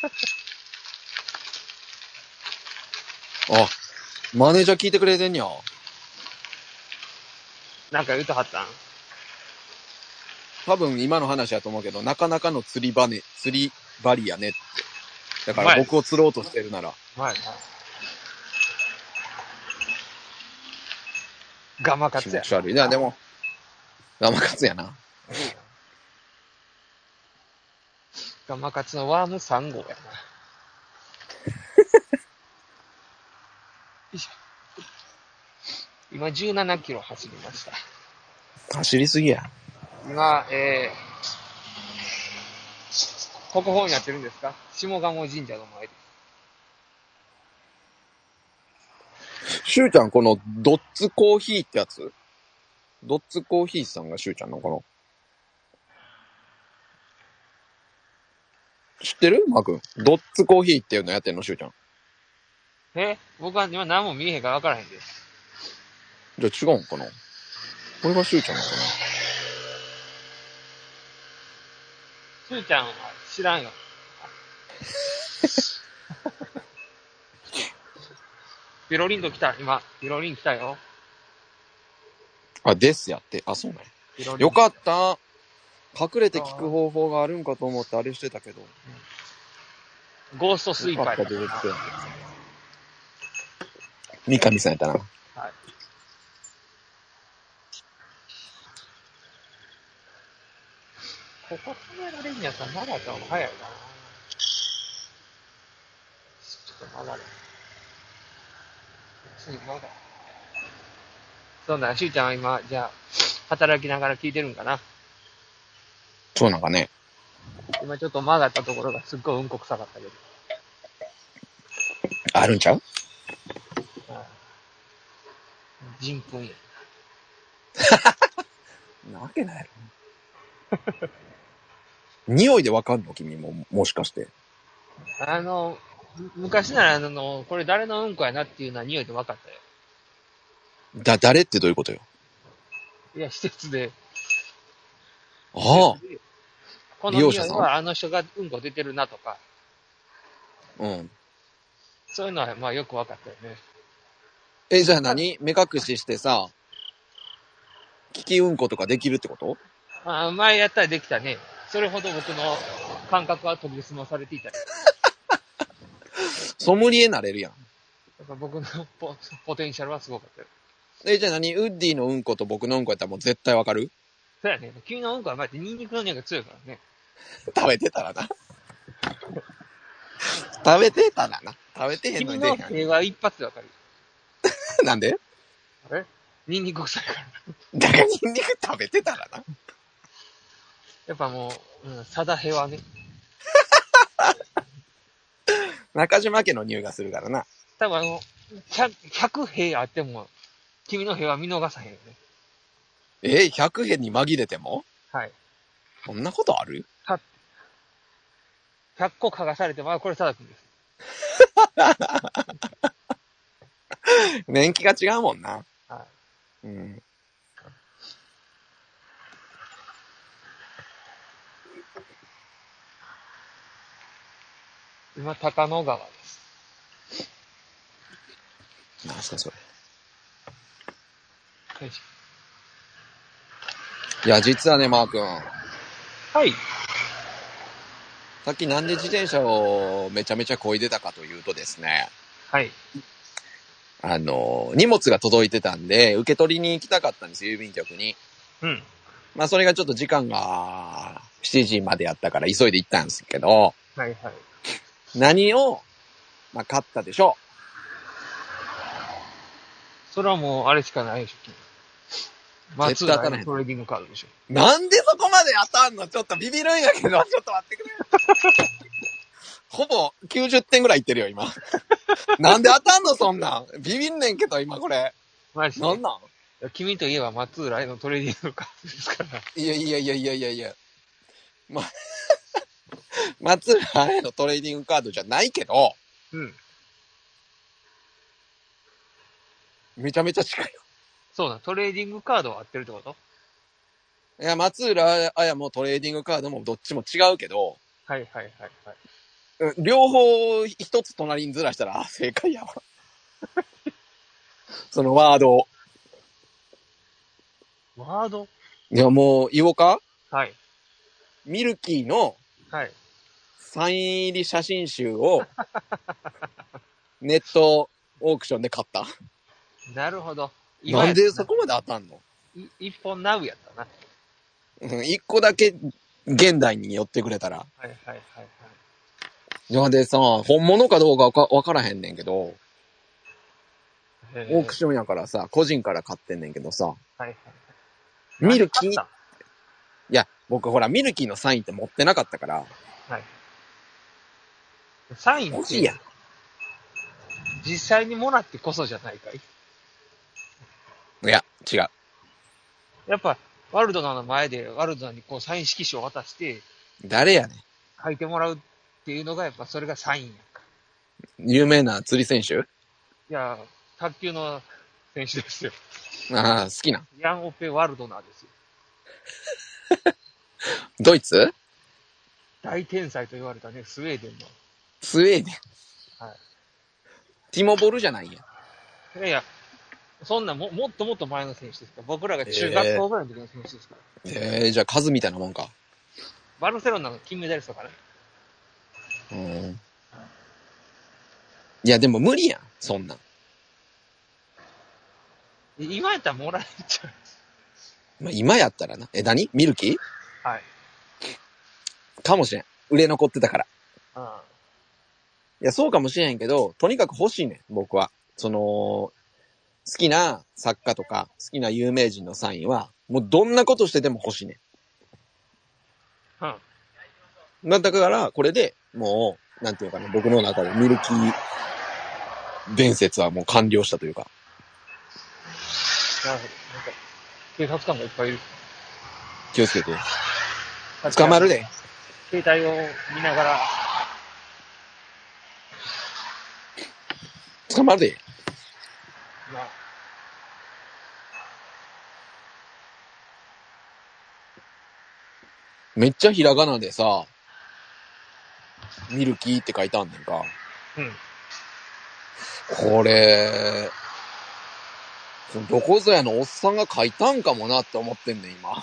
あ、マネージャー聞いてくれてんにゃ。 なんか言うとはったん？ 多分今の話やと思うけど、なかなかの釣り場ね、釣り針やねって。だから僕を釣ろうとしてるなら。 はいはい。ガマカツや。 気持ち悪いな、でも。ガマカツやな。 ガマカツのワームさん号やな。よいしょ。今じゅうななキロ走りました。 走りすぎや。 今、えー、国宝になってるんですか？下鴨神社の前です。 しゅうちゃん、このドッツコーヒーってやつ？ドッツコーヒーさんがしゅうちゃんのこの。知ってる？マー君。ドッツコーヒーっていうのやってんのしゅうちゃん。 え？僕は今何も見えへんから分からへんで。 じゃあ違うんかな？これがしゅうちゃんなのかな？ しゅうちゃんは知らんよ。ピロリンと来た、今。ピロリン来たよ。 あ、ですやって。あ、そうね。よかった。隠れて聞く方法があるんかと思ってあれしてたけど。 うん、ゴーストスイーパーやったな。 三上さんやったな。はい。 ここ止められんやったらまだった方が早いな。ちょっと曲がれ。次曲がれ。そうだ、しゅうちゃんは今、じゃあ、働きながら聞いてるんかな。 そうなんかね。 今ちょっと曲がったところがすっごいうんこ臭かったけど。 あるんちゃう？ 人糞や。 なわけないやろ。匂いでわかんの君も、もしかして。 あの、昔ならあの、これ誰のうんこやなっていうのは匂いで分かったよ。 だ、誰ってどういうことよ。 いや、施設で。 ああ。 この匂いはあの人がうんこ出てるなとか。 うん。 そういうのはまあよく分かったよね。 え、じゃあ何目隠ししてさ、利きうんことかできるってこと？ ああ、前やったらできたね。それほど僕の感覚は研ぎ澄まされていた。 ソムリエなれるやん。 やっぱ僕の ポ, ポテンシャルはすごかったよ。 え、じゃあ何ウッディのうんこと僕のうんこやったらもう絶対わかる？ そうやね。君のうんこは前ってニンニクの匂いが強いからね。 食べてたらな。食べてたらな。食べてへんのに出へん。 君の平和一発でわかる。 なんで？ あれニンニク臭いから。 だからニンニク食べてたらな。 やっぱもう、うん、サダヘはね。 中島家の匂いがするからな。 多分あの、ひゃく、ひゃく兵あっても、君の兵は見逃さへんよね。 えー、ひゃくへんに紛れても？ はい。 そんなことある？ は、ひゃっこ剥がされても、あ、これ貞くんです。 年季が違うもんな。 はい。 うん。 今、高野川です。 何すかそれ。 はい。 いや、実はね、マー君。 はい。 さっきなんで自転車をめちゃめちゃ漕いでたかというとですね。 はい。 あの、荷物が届いてたんで、受け取りに行きたかったんですよ、郵便局に。 うん。 まあ、それがちょっと時間がしちじまでやったから急いで行ったんですけど。 はいはい。 何を、まあ、買ったでしょう。それはもう、あれしかないでしょ、君。松浦のトレーディングカードでしょ。 なんでそこまで当たんの？ちょっとビビるんやけど、ちょっと待ってくれ。ほぼきゅうじゅってんぐらいいってるよ、今。なんで当たんのそんなん。ビビんねんけど、今これ。 マジで。 なんなん？ 君といえば松浦のトレーディングカードですから。 いやいやいやいやいやいや。ま、松浦へのトレーディングカードじゃないけど。 うん。 めちゃめちゃ近いよ。 そうな、トレーディングカードは合ってるってこと？ いや、松浦綾もトレーディングカードもどっちも違うけど。 はいはいはいはい。 両方一つ隣にずらしたら正解やわ。そのワードを。 ワード？ いやもう言おうか？ はい。 ミルキーのはい。 サイン入り写真集をネットオークションで買った。 なるほど。 なんでそこまで当たんの？ い一本ナウやったな。 うん、一個だけ現代に寄ってくれたら。 はいはいはいはい。 じゃあでさ、本物かどうかわかわからへんねんけど、オークションやからさ、個人から買ってんねんけどさ、 はいはい、 ミルキー、いや、僕ほら、ミルキーのサインって持ってなかったから、 はい。サインって、 欲しいやん。 実際にもらってこそじゃないかい？ いや、違う。 やっぱ、ワルドナの前で、ワルドナにこう、サイン色紙を渡して、 誰やねん。 書いてもらうっていうのが、やっぱそれがサインやんか。 有名な釣り選手？ いや、卓球の選手ですよ。 ああ、好きな。 ヤンオペワルドナーですよ。 ドイツ？ 大天才と言われたね、スウェーデンの。 スウェーデン。 はい。 ティモボルじゃないんや。 いやいや、そんなも、もっともっと前の選手ですから。僕らが中学校ぐらいの時の選手ですから。 えー、じゃあ数みたいなもんか。 バルセロナの金メダリストかね。 うん。いや、でも無理やん、そんなん。 今やったらもらえちゃう。まあ、今やったらな。え、何？ミルキー？ はい。 かもしれん。売れ残ってたから。 うん。いや、そうかもしれへんけど、とにかく欲しいねん、僕は。その、好きな作家とか、好きな有名人のサインは、もうどんなことしてでも欲しいねん。 うん。だから、これで、もう、なんていうかな、僕の中でミルキー伝説はもう完了したというか。 なるほど。なんか、警察官がいっぱいいる。 気をつけて。捕まるで。 携帯を見ながら、 捕まるで。 まあ、 めっちゃひらがなでさ、ミルキーって書いてあんねんか。 うん。 これ、そのどこぞやのおっさんが書いたんかもなって思ってんねん、今。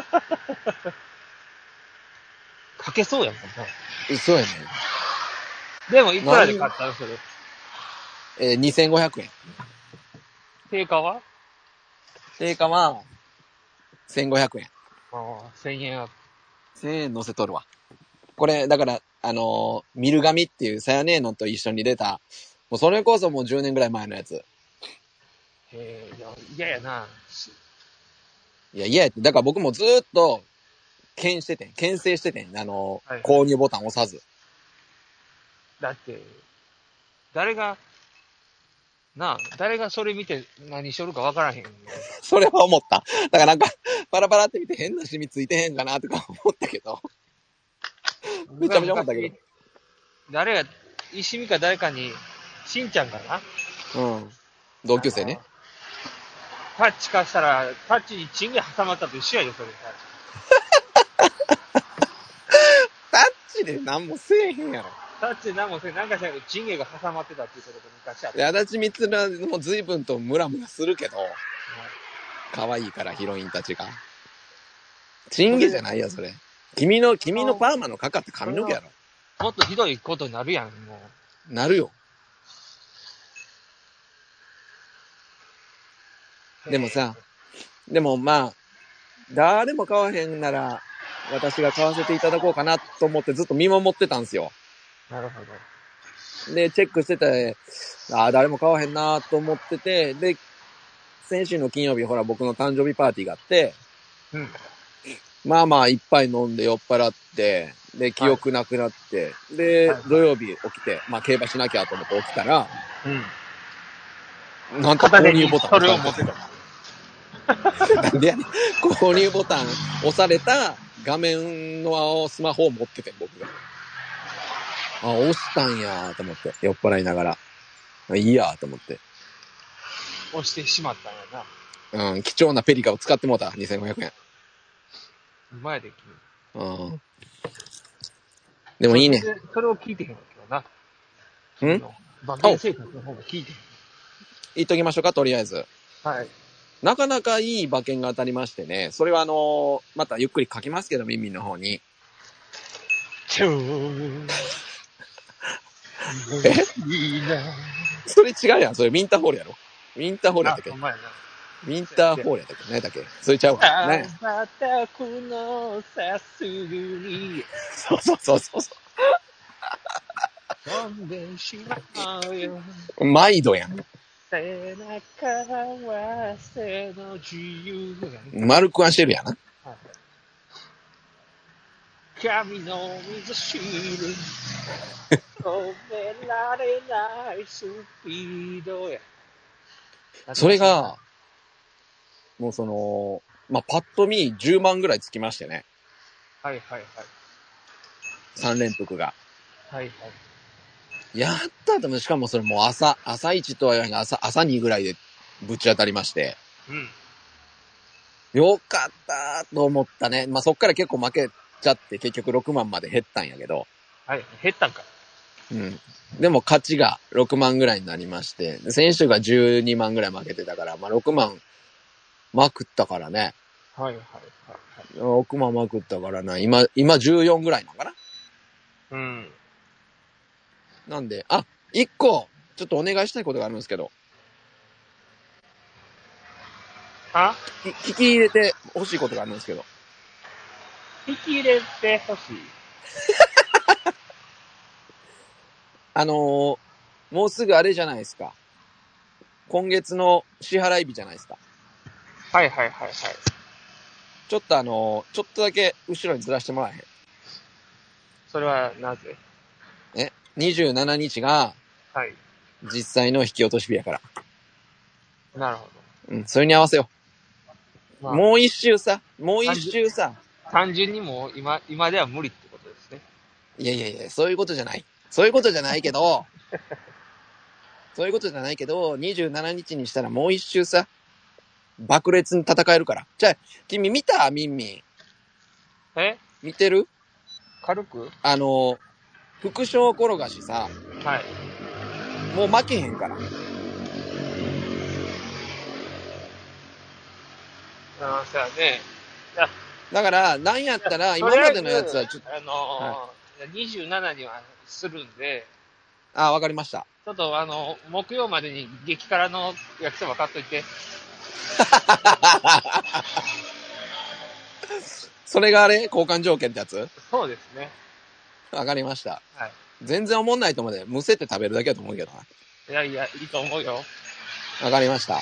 かけそうやもんな。 嘘やねん。 でも、いくらで買ったのそれ。 えー、にせんごひゃくえん。 定価は定価は、せんごひゃくえん。 ああ、せんえんアップ。 せんえん乗せとるわ。これ、だから、あのー、ミルガミっていうさやねえのと一緒に出た、もうそれこそもうじゅうねんぐらい前のやつ。 へえ、いや、嫌やな。 いや、いややって、だから僕もずーっと、検しててん、牽制しててん。あのー、 はい購入ボタン押さず。 だって、誰が、なあ、誰がそれ見て何しとるかわからへん。 それは思った。だからなんか、パラパラって見て変なシミついてへんかなとか思ったけど。めちゃめちゃ思ったけど。 誰が、石見か誰かに、しんちゃんかなうん。同級生ね。 タッチ化したら、タッチにチンゲ挟まったと一緒やで、それ。 タッチで何もせえへんやろ。 タッチで何もせん、なんかしらチンゲが挟まってたっていうことが昔あった。 で、足立みつらも随分とムラムラするけど、可愛いからヒロインたちが。チンゲじゃないや、それ。君の、君のパーマのかかった髪の毛やろ。 もっとひどいことになるやん、もう。 なるよ。でもさ、でもまあ、誰も買わへんなら、私が買わせていただこうかなと思ってずっと見守ってたんですよ。 なるほど。 で、チェックしてて、ああ、誰も買わへんなと思ってて、で、先週の金曜日、ほら、僕の誕生日パーティーがあって、 うん。 まあまあ、一杯飲んで酔っ払って、で、記憶なくなって、で、 はい土曜日起きて、まあ、競馬しなきゃと思って起きたら、 うん。 なんと購入ボタンそれを持ってた。 なんでやねん。購入ボタン押された画面のスマホを持ってて、僕が。あ、押したんやと思って、酔っ払いながら。いいやと思って。 押してしまったんやな。 うん、貴重なペリカを使ってもうた、にせんごひゃくえん。 うまいで君。 うん。でもいいね。 それそれを聞いてへんわけどな。 ん馬券生活の方が聞いてへん。 言っときましょうか、とりあえず。 はい。 なかなかいい馬券が当たりましてね。それはあのー、またゆっくり書きますけど、耳の方に。 チューン。 えいいな。 それ違うやん。それウィンターホールやろ。ウィンターホールやったっけあ、ほんまやな。 ウィンターホールやったっけ何やったっけそれちゃうわ。 あね。 なたこのさすぐにそうそうそうそうそ飛んでしまうよ。 う。毎度やん。 背中合わせの自由が。 丸くはしてるやな。 神の水知る止められないスピードや。 それが、もうその、まあ、パッと見じゅうまんぐらいつきましてね。 はいはいはい。 さん連複が。 はいはい。 やったと思う。しかもそれもう朝、朝いちとは言わないが朝、朝にぐらいでぶち当たりまして。 うん。 よかったと思ったね。まあ、そっから結構負けちゃって結局ろくまんまで減ったんやけど。 はい。減ったんか。 うん。でも勝ちがろくまんぐらいになりまして、先週がじゅうにまんぐらい負けてたから、まあ、ろくまんまくったからね。 はいはいはいはい。 ろくまんまくったからな。今、今じゅうよんぐらいなんかな。 うん。 なんで、あ、いっこ、ちょっとお願いしたいことがあるんですけど。 あ聞き入れて欲しいことがあるんですけど。 引き入れてほしい。 あのー、もうすぐあれじゃないですか。今月の支払い日じゃないですか。 はいはいはいはい。 ちょっとあのー、ちょっとだけ後ろにずらしてもらえへん。 それはなぜ？ え ?にじゅうしちにちが、 はい。 実際の引き落とし日やから。 なるほうん、それに合わせよう。 まあ、 もう一周さ、もう一周さ。 単純にもう今、今では無理ってことですね。 いやいやいや、そういうことじゃない。そういうことじゃないけど、そういうことじゃないけど、にじゅうしちにちにしたらもう一周さ、爆裂に戦えるから。じゃあ、君見た？ミンミン。 え？ 見てる？ 軽く？ あの、副将転がしさ、 はい。 もう負けへんから。 ああ、そうやね。 だから、なんやったら、今までのやつはちょっと、 あのーはにじゅうしちにはするんで、 あ、わかりました。 ちょっとあの、木曜までに激辛の焼きそば買っといて。 それがあれ交換条件ってやつ？ そうですね。 わかりました。 はい。 全然思んないと思うで、むせて食べるだけだと思うけどな。 いやいや、いいと思うよ。 わかりました。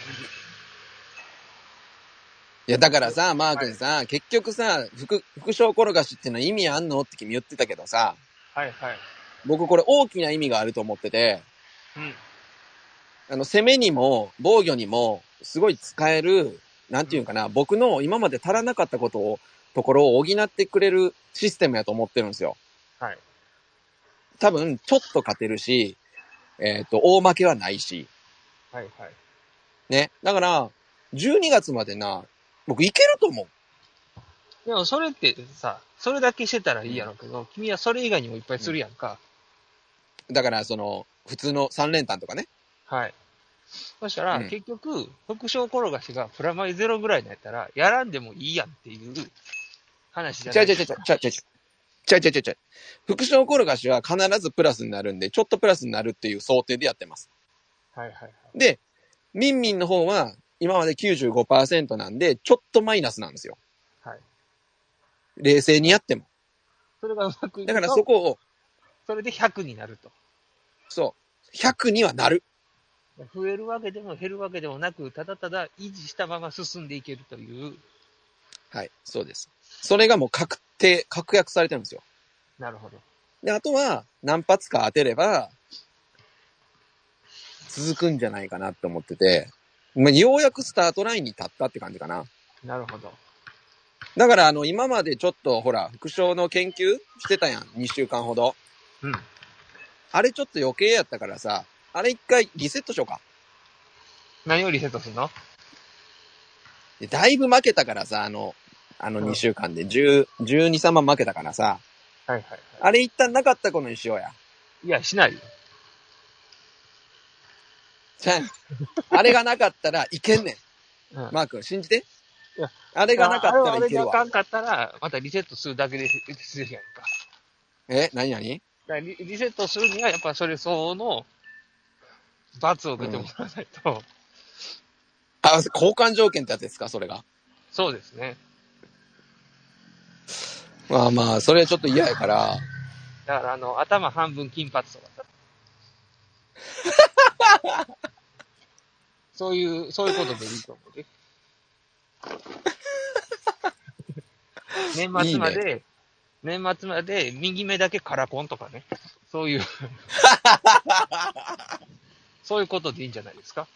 いや、だからさ、マー君さ、はい、結局さ、副、副将転がしってのは意味あんのって君言ってたけどさ、 はいはい。 僕これ大きな意味があると思ってて、 うん。 あの、攻めにも、防御にも、すごい使える、なんていうんかな、うん、僕の今まで足らなかったことを、ところを補ってくれるシステムやと思ってるんですよ。 はい。 多分、ちょっと勝てるし、えっと、大負けはないし。 はいはい。 ね。だから、じゅうにがつまでな、僕いけると思う。 でもそれってさ、それだけしてたらいいやろうけど、うん、君はそれ以外にもいっぱいするやんか。 うん、だから、その、普通のさん連単とかね。 はい。そしたら、うん、結局、副将転がしがプラマイゼロぐらいになったら、やらんでもいいやんっていう話じゃないですか。 ちゃうちゃうちゃうちゃうちゃう。ちゃうちゃうちゃうちゃう。副将転がしは必ずプラスになるんで、ちょっとプラスになるっていう想定でやってます。 はいはいはい。 で、ミンミンの方は、今まで きゅうじゅうごパーセント なんで、ちょっとマイナスなんですよ。 はい。 冷静にやっても。 それがうまくいくと。 だからそこを、 それでひゃくになると。 そう。ひゃくにはなる。 増えるわけでも減るわけでもなく、ただただ維持したまま進んでいけるという。 はい、そうです。それがもう確定、確約されてるんですよ。 なるほど。 で、あとは、何発か当てれば、続くんじゃないかなって思ってて、まあ、ようやくスタートラインに立ったって感じかな。 なるほど。 だから、あの、今までちょっと、ほら、副将の研究してたやん。にしゅうかんほど。 うん。 あれちょっと余計やったからさ、あれ一回リセットしようか。 何をリセットするの？ だいぶ負けたからさ、あの、あのにしゅうかんでじゅう、じゅうに、さんまん負けたからさ。 はいはいはい。 あれ一旦なかったことにしようや。 いや、しないよ。 あれがなかったらいけんねん。うん、マー君、信じて。いやあれがなかったらいけるわ。 あれがあかんかったら、またリセットするだけでするやんか。 え、なになに？ リ, リセットするには、やっぱそれ相応の罰を受けてもらわないと。うん、 あ、交換条件ってやつですか、それが。 そうですね。 まあまあ、それはちょっと嫌やから。 だから、あの、頭半分金髪とかさ。そういう、そういうことでいいと思うね。年末まで、いいね、年末まで右目だけカラコンとかね。そういう、そういうことでいいんじゃないですか。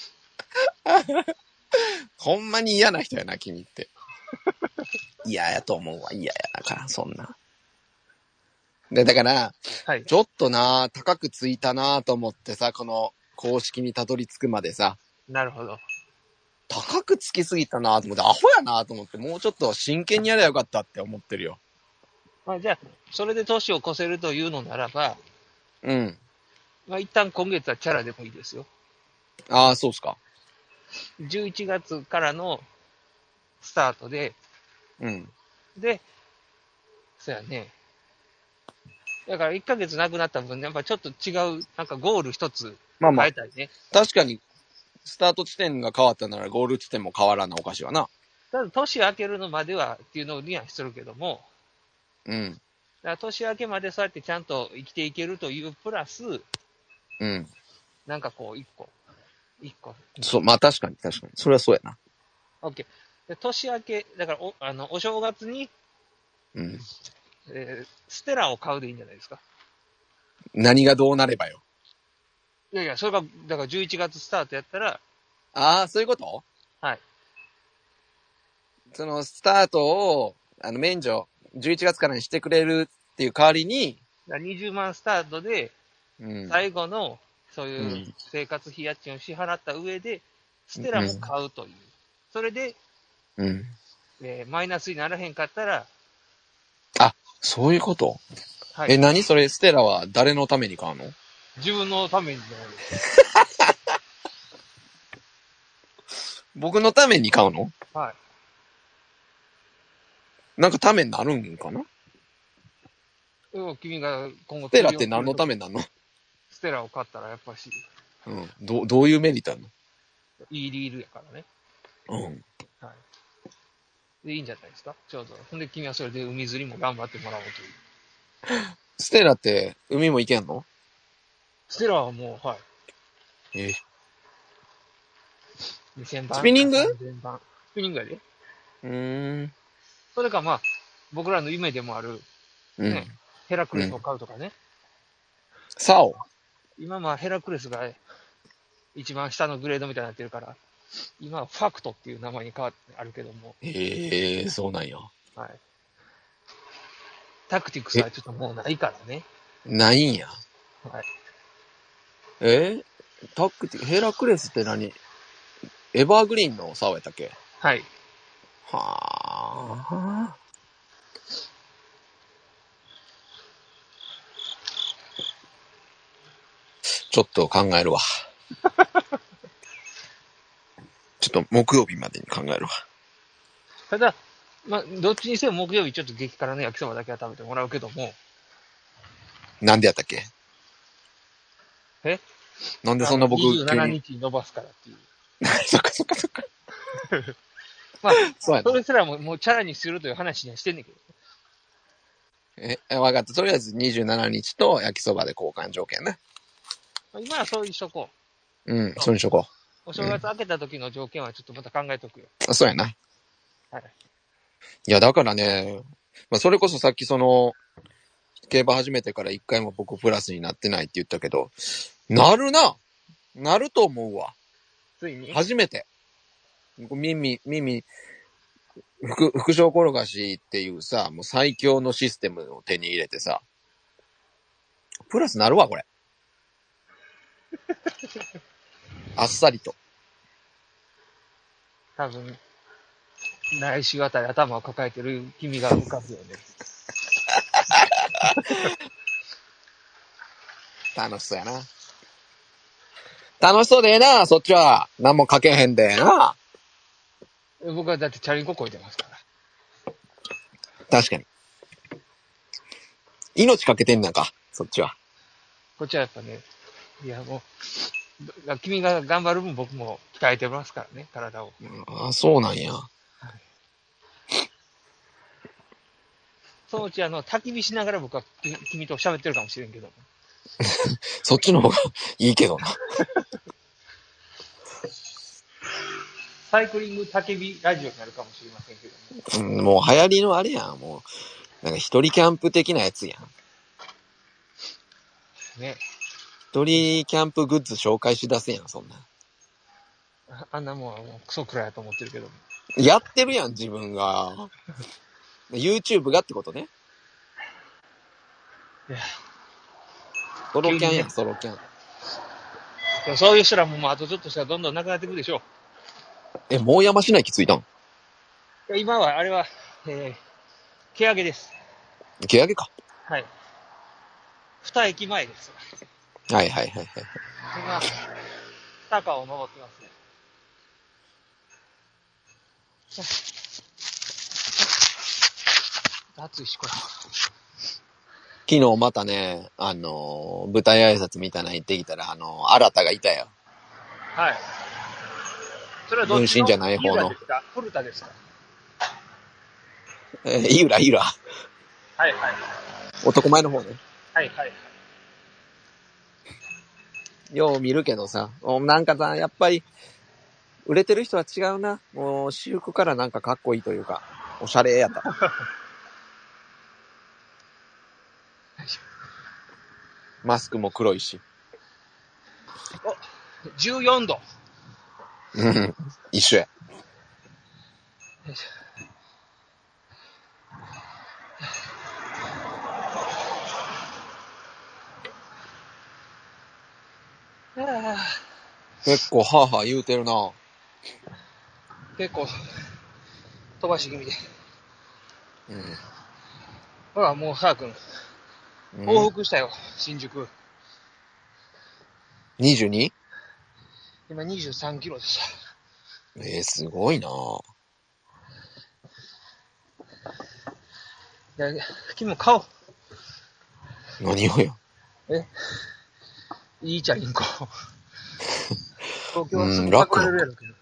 ほんまに嫌な人やな、君って。嫌やと思うわ、嫌やだから、そんな。で、だから、はい、ちょっとな、高くついたなと思ってさ、この公式にたどり着くまでさ。 なるほど。 高くつきすぎたなと思って、アホやなと思って、もうちょっと真剣にやればよかったって思ってるよ。 まあ、じゃあ、それで年を越せるというのならば、 うん。 まあ、一旦今月はチャラでもいいですよ。 ああ、そうっすか。 じゅういちがつからのスタートで、 うん。 で、そうやね。だからいっかげつなくなった分、やっぱちょっと違う、なんかゴール一つ変えたいね。 まあまあ、確かに、スタート地点が変わったならゴール地点も変わらなおかしいわな。 ただ年明けるのまではっていうのにはするけども、 うん。 だから年明けまでそうやってちゃんと生きていけるというプラス、 うん。 なんかこう一個、一個。 そう、まあ確かに確かに。それはそうやな。 オッケー。で年明け、だからお、あの、お正月に、 うん。 えー、ステラを買うでいいんじゃないですか。 何がどうなればよ。 いやいや、それが、だからじゅういちがつスタートやったら、 ああ、そういうこと？ はい。 その、スタートを、あの、免除、じゅういちがつからにしてくれるっていう代わりに、 にじゅうまんスタートで、 うん。 最後の、そうういうん。 生活費家賃を支払った上で、ステラも買うという。それで、 うん。 えーマイナスにならへんかったら、 あ、そういうこと？ はい。 え、何それ、ステラは誰のために買うの？ 自分のためにね、 僕のために買うの？ はい。 なんかためになるんかな？ うん君が今後ステラって何のためになるの？ ステラを買ったらやっぱし、 うん。ど、どういうメリットあるいいリールやからね。 の？うん。 はい。で、いいんじゃないですかちょうど。ほんで、君はそれで海釣りも頑張ってもらおうという。 ステラって海も行けんの？ ステラはもう、はい。 え、 にせんばんスピニング？ さんぜんばん。スピニングやで。 うーん。 それかまあ、僕らの夢でもある、 うん。 ね、ヘラクレスを買うとかね。 サオ。 今まあヘラクレスが一番下のグレードみたいになってるから、今はファクトっていう名前に変わってあるけども、 へえ、そうなんや。 はい。タクティクスはちょっともうないからね。 ないんや。 はい。 えタクティ、ヘラクレスって何？エバーグリーンのサオやったっけ？ はい。 はあ。ちょっと考えるわ。ちょっと木曜日までに考えるわ。 ただ、まあ、どっちにせよ木曜日ちょっと激辛の焼きそばだけは食べてもらうけども、 なんでやったっけ？ えなんでそんな僕、 にじゅうしち急に。 にちに伸ばすからっていう。 そっかそっかそっか。 まあ、 そうやな。 それすらももうチャラにするという話にはしてんねんけど。 え、えわかった。とりあえずにじゅうしちにちと焼きそばで交換条件ね。 まあ今はそうにしとこうん、そうにしとこう。お正月明けた時の条件はちょっとまた考えとくよ。 う。あ、そうやな。 はい。 いや、だからね、まあ、それこそさっきその、競馬始めてから一回も僕プラスになってないって言ったけど、なるななると思うわ。 ついに初めて。耳、耳、副、副賞転がしっていうさ、もう最強のシステムを手に入れてさ、プラスなるわ、これ。あっさりと。 多分、来週あたり頭を抱えてる君が浮かぶよね。 楽しそうやな。楽しそうでええな、そっちは。何もかけへんでええな。 僕はだってチャリンコこいてますから。 確かに。命かけてんなんか、そっちは。 こっちはやっぱね、いやもう、君が頑張る分僕も鍛えてますからね、体を。 ああ、そうなんや。 そのうちあの、焚き火しながら僕は君と喋ってるかもしれんけども。 そっちの方がいいけどな。 サイクリング焚き火ラジオになるかもしれませんけども。 うん、もう流行りのあれやん、もう。なんか一人キャンプ的なやつやん。 ね。 一人キャンプグッズ紹介しだせやん、そんな。 ああんなもんはもうクソくらいやと思ってるけども。 やってるやん、自分が。YouTube がってことね。 いや、 ソロキャンやん、 ね、 ソロキャン。 でもそういう人らももうあとちょっとしたらどんどんなくなっていくでしょう。 え、もう山市内気づいたん？ 今は、あれは、えー、毛上げです。 毛上げか。 はい。二駅前です。 はいはいはいはい。 今、坂を登ってますね。暑いし、これ。 昨日またね、あのー、舞台挨拶みたいなの行ってきたら、あのー、新たがいたよ。 はい。それはどっちの分身じゃない方の。 ですか？古田ですか？ えー、井浦、井浦。 はいはい。 男前の方ね。 はいはい。 よう見るけどさ、なんかさ、やっぱり、売れてる人は違うな。もう、私服からなんかかっこいいというか、おしゃれやった。マスクも黒いし。 お、じゅうよんど。 うん。一緒や。 よいしょ。ああ、 結構、はぁはぁ言うてるな。 結構、飛ばし気味で。 うん。 ほら、もう、さあくん、 うん、 往復したよ、新宿。 にじゅうに? 今にじゅうさんキロでした。 えー、すごいな。 いや、君も顔。 何をよ。 えいいチャリンコ。東京はすうん、 ぐ隠楽なんか。 れるやろけど。い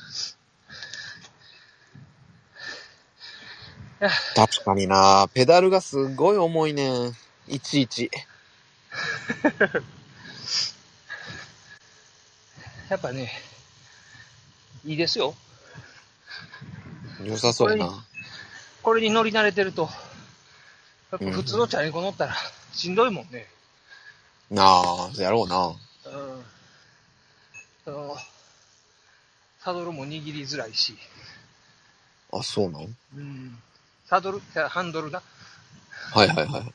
や、 確かにな。ペダルがすごい重いねん。いちいち。 やっぱね、いいですよ。 良さそこれに、 うやな。 これに乗り慣れてると、やっぱうん。 普通のチャリンコ乗ったらしんどいもんね。 なあ、やろうな。 うん。その、サドルも握りづらいし。 あ、そうなん？ うん。サドル、ハンドルな。 はいはいはい。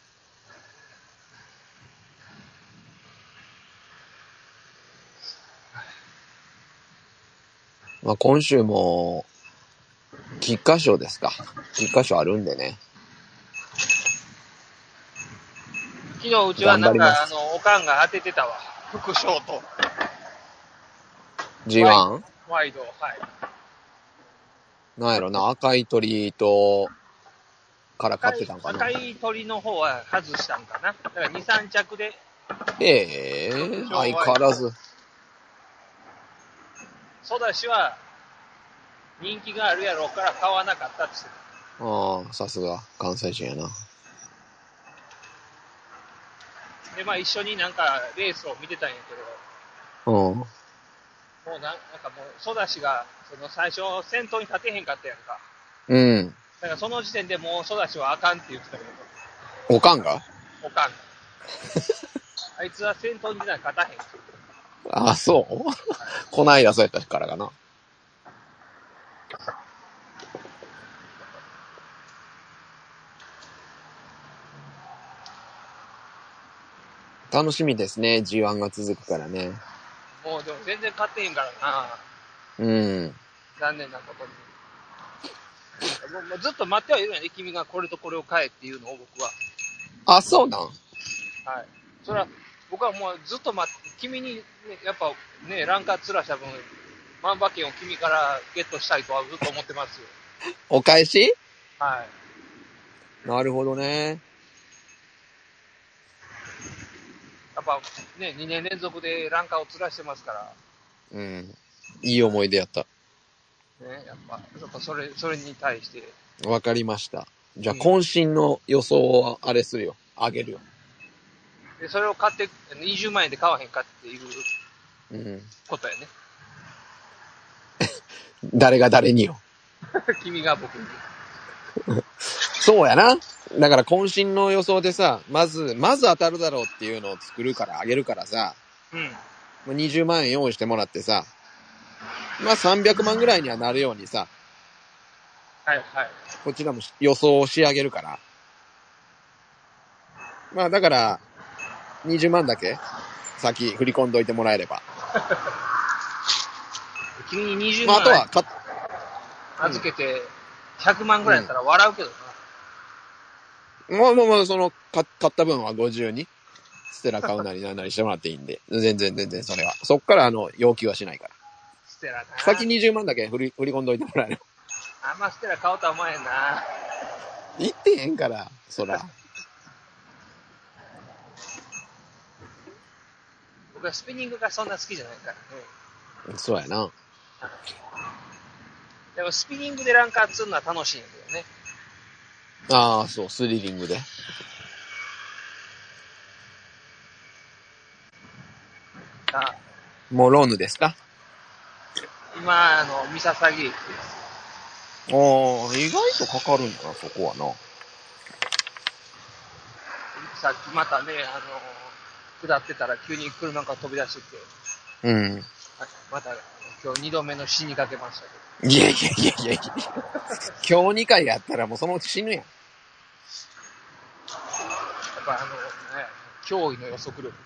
まあ、今週も、菊花賞ですか。菊花賞あるんでね。 昨日うちはなんか、あの、おかんが当ててたわ。副賞と。 ジーワン？ ワイド、はい。 なんやろな、赤い鳥と、から買ってたんかな。 赤い鳥の方は外したんかな。だからに、さん着で。 ええー、相変わらず。 ソダシは、人気があるやろうから買わなかったって言ってた。ああ、さすが、関西人やな。 で、まあ一緒になんかレースを見てたんやけど、うん。 もうなんなんかもう、ソダシが、その最初、先頭に立てへんかったやんか。 うん。 だからその時点でもうソダシはあかんって言ってたけど。 おかんがおかん。あいつは先頭に出ない勝たへんって言ってた。あ、そうこないだそうやったからかな。楽しみですね、ジーワン が続くからね。 もうでも全然勝ってへんからな。 うん。 残念なことに。もうもうずっと待ってはいるんやね。君がこれとこれを買えっていうのを僕は。 あ、そうなん？ はい。それは、僕はもうずっと待って、君に、ね、やっぱね、ランカー釣らした分、万馬券を君からゲットしたいとはずっと思ってますよ。 お返し？ はい。 なるほどね。 やっぱね、にねん連続でランカーを釣らしてますから。 うん。いい思い出やった。 ね、やっぱ、やっぱそれ、それに対して。 わかりました。じゃあ、渾身の予想はあれするよ。あげるよ。 で、それを買って、にじゅうまん円で買わへんかっていううん。 ことやね。 誰が誰によ。 君が僕に。 そうやな。だから渾身の予想でさ、まず、まず当たるだろうっていうのを作るから、あげるからさ、 うん。 もうにじゅうまん円用意してもらってさ、まあさんびゃくまんぐらいにはなるようにさ、 はいはい。 こちらも予想を仕上げるから。まあだから、にじゅうまんだけ先振り込んどいてもらえれば。 君ににじゅうまん、 まああとはか、 預けてひゃくまんぐらいやったら笑うけどな。 うん、もうもうもうその、買った分はごじゅうに、ステラ買うなりなんなりしてもらっていいんで。全然全然それは。そっからあの、要求はしないから。 ステラな。 先にじゅうまんだけ振り、振り込んどいてもらえれば。 あんまステラ買おうとは思えへんな。 言ってへんから、そら。 僕はスピニングがそんな好きじゃないからね。 そうやな。 でもスピニングでランカー釣るのは楽しいんだけどね。 ああ、そう、スリリングで。 あ、 もうローヌですか？ 今、あの、三笹駅です。 ああ、意外とかかるんだな、そこはな。 さっきまたね、あの、下ってたら急に車が飛び出してきて、 うん。 また今日二度目の死にかけましたけいやいやいやいやいや。今日にかいやったらもうそのうち死ぬやん。 ど。やっぱあの、ね、驚異の予測力。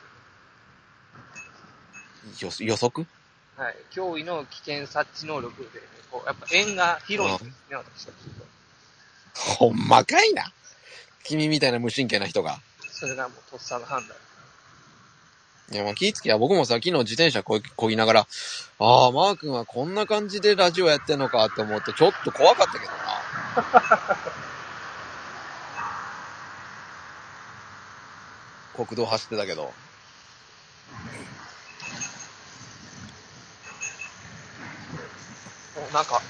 予予測はい。驚異の危険察知能力で、ね、こう、やっぱ縁が広いんですね、私は。 ほんまかいな。君みたいな無神経な人が。 それがもうとっさの判断。 いや、まあ気ぃつけや、僕もさ、昨日自転車こぎ、こぎながら、ああ、マー君はこんな感じでラジオやってんのかって思って、ちょっと怖かったけどな。国道走ってたけど。 お、なんか、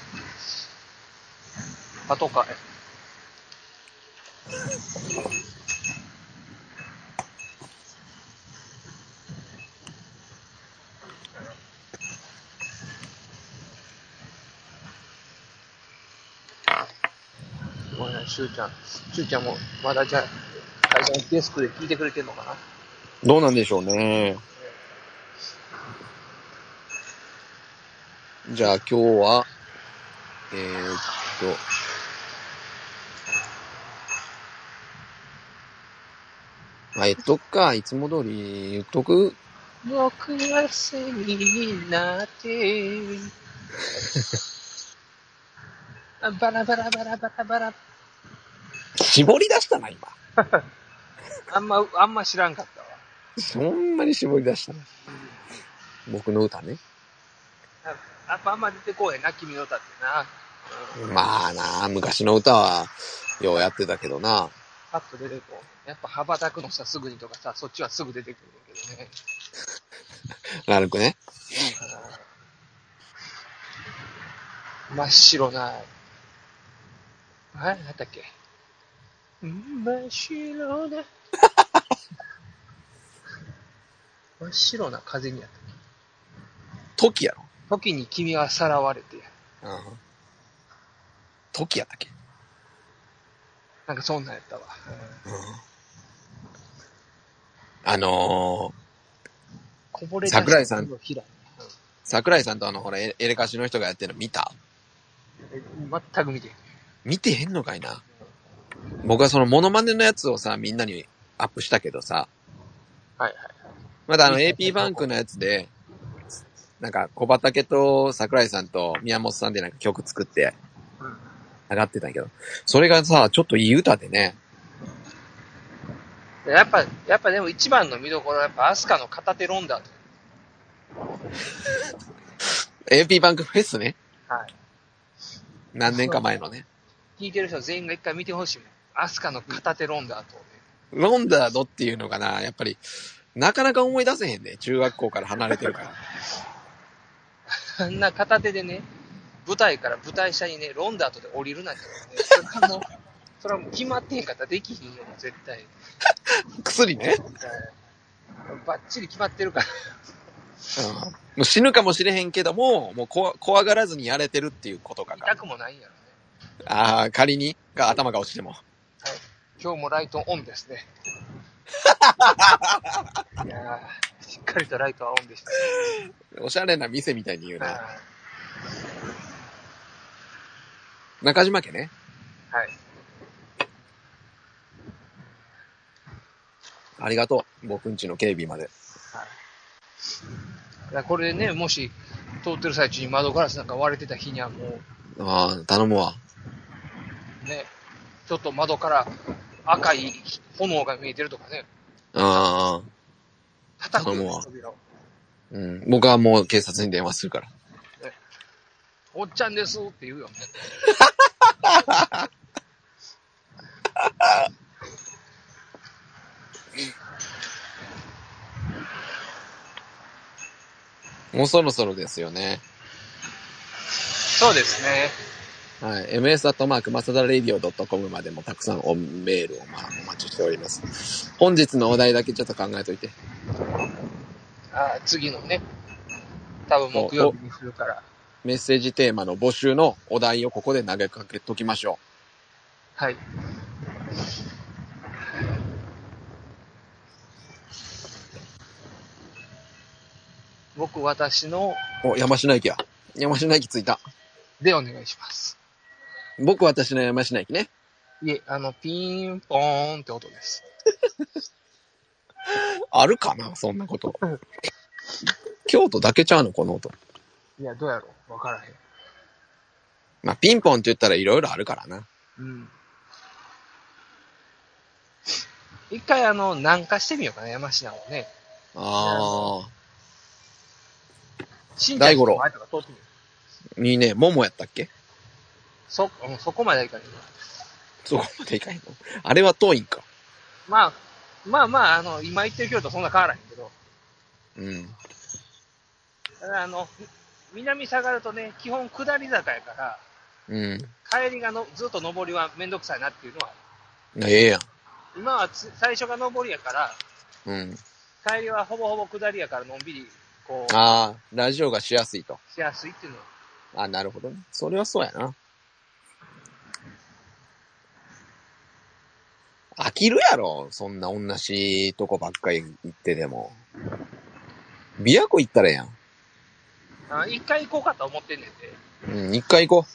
パトカー。ごめんなさい、しゅうちゃん。しゅうちゃんも、まだじゃあ、会社のデスクで聞いてくれてんのかな。 どうなんでしょうね。じゃあ今日は、えー、っと、あ、言っとくか。いつも通り言っとく。 僕は背になってバラバラバラバラバラ。 絞り出したな、今。 あんま、あんま知らんかったわ。 そんなに絞り出したな。僕の歌ね。 やっぱあんま出てこうへんな、君の歌ってな。 うん、まあな、昔の歌は、ようやってたけどな。 パッと出てこう。やっぱ羽ばたくのさ、すぐにとかさ、そっちはすぐ出てくるんだけどね。 なるほどね。 真っ白な、あれ何だっけ、真っ白な真っ白な風にやったっけ。 時やろ。 時に君はさらわれて。 うん。時やったっけ。 なんかそんなんやったわ。 うん、あのー、 こぼれ桜井さん、 うん、 桜井さんとあの、ほら、エレカシの人がやってるの見た？ 全く見てへん。 見てへんのかいな。僕はそのモノマネのやつをさ、みんなにアップしたけどさ、 はいはい。 まだあの エーピー バンクのやつで、なんか小畑と桜井さんと宮本さんでなんか曲作って上がってたけど、それがさ、ちょっといい歌でね。 やっぱ、やっぱでも一番の見どころはやっぱアスカの片手ロンダーと。 エーピー バンクフェスね。 はい。 何年か前のね。 聞いてる人全員が一回見てほしいもん。アスカの片手ロンダーと、ね。 ロンダードっていうのかな、やっぱり、なかなか思い出せへんね。中学校から離れてるから。 あんな片手でね、舞台から舞台下にね、ロンダートで降りるなんてね、それはもう、それはもう決まってへんかったらできひんよ、絶対。 薬ね。 バッチリ決まってるから。 うん、もう死ぬかもしれへんけども、もうこ怖がらずにやれてるっていうことか。 痛くもないんやろね。 ああ、仮にが頭が落ちても。はい。 今日もライトオンですね。いやー、しっかりとライトはオンでした、ね。 おしゃれな店みたいに言うな。中島家ね。 はい。 ありがとう。僕んちの警備まで。 はい。これでね、もし通ってる最中に窓ガラスなんか割れてた日にはもう。ああ、頼むわ。 ね、ちょっと窓から赤い炎が見えてるとかね。 ああ。 叩く頼むわ。うん。僕はもう警察に電話するから。 ね、おっちゃんですって言うよね。 もうそろそろですよね。 そうですね。 はい。エムエス アットマークマサダレディオ ドットコム までもたくさんおメールを、まあ、お待ちしております。本日のお題だけちょっと考えといて。 あ、次のね。多分木曜日にするから。 メッセージテーマの募集のお題をここで投げかけときましょう。はい。僕、私の。 お、山科駅や。 山科駅着いた。 で、お願いします。 僕、私の山科駅ね。 いえ、あの、ピンポーンって音です。 あるかなそんなこと。京都だけちゃうのこの音。 いや、どうやろうわからへん。 まあ、ピンポンって言ったらいろいろあるからな。 うん。一回、あの、南下してみようかな、山科をね。 ああ。 大五郎。 にね、桃やったっけ？ そ、うん、そこまではいかない。 そこまでいかないの？あれは遠いんか。 まあ、まあまあ、あの、今言ってる距離とそんな変わらへんけど。 うん。 ただあの、南下がるとね、基本下り坂やから、 うん。 帰りがのずっと上りはめんどくさいなっていうのはある。 ええやん。 今はつ最初が上りやから、 うん。 帰りはほぼほぼ下りやからのんびり、こう。 ああ、ラジオがしやすいと。 しやすいっていうのは。 あ、なるほどね。それはそうやな。飽きるやろ。そんな同じとこばっかり行ってでも。琵琶湖行ったらええやん。 あ、一回行こうかと思ってんねんて。 うん、一回行こ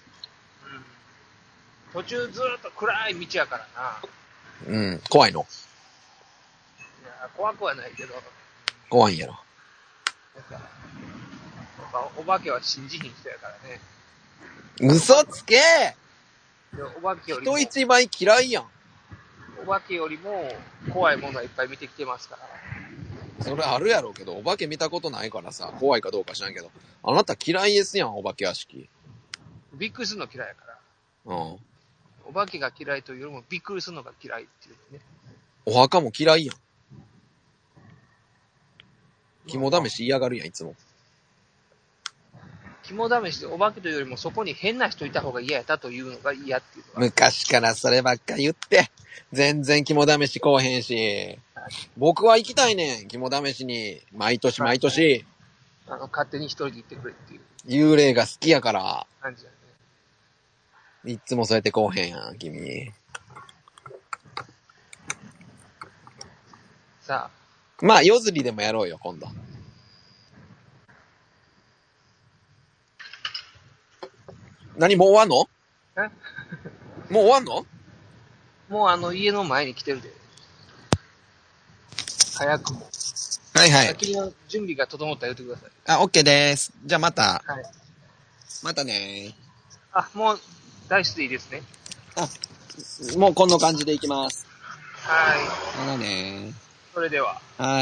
う。うん。途中ずーっと暗い道やからな。 うん、怖いの。 いや、怖くはないけど。 怖いんやろ。 やっぱ、やっぱお化けは信じひん人やからね。 嘘つけお化けよりも。 人一倍嫌いやん。 お化けよりも怖いものはいっぱい見てきてますから。 それあるやろうけど、お化け見たことないからさ、怖いかどうか知らんけど、あなた嫌いですやん、お化け屋敷。 びっくりするの嫌いやから。 うん。 お化けが嫌いというよりもびっくりするのが嫌いっていうね。 お墓も嫌いやん。肝試し嫌がるやん、いつも。 肝試しでお化けというよりもそこに変な人いた方が嫌やったというのが嫌っていうのが。 昔からそればっか言って、全然肝試しこうへんし。僕は行きたいねん、肝試しに。毎年毎年。 あの、勝手に一人で行ってくれっていう。 幽霊が好きやから。 感じだね。 いつもそうやってこうへんやん、君。 さあ。 まあ、夜釣りでもやろうよ、今度。何、もう終わんの？ えもう終わんの？ もうあの、家の前に来てるで。早くも。 はいはい。 先の準備が整ったら言ってください。 あ、OK です。じゃあまた。 はい。 またね。 あ、もう、ダイスでいいですね。 あ、もうこんな感じでいきます。 はい。 またね。 それでは。 はい。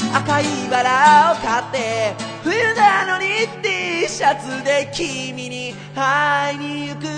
赤いバラを買って冬なのに T シャツで君に会いに行く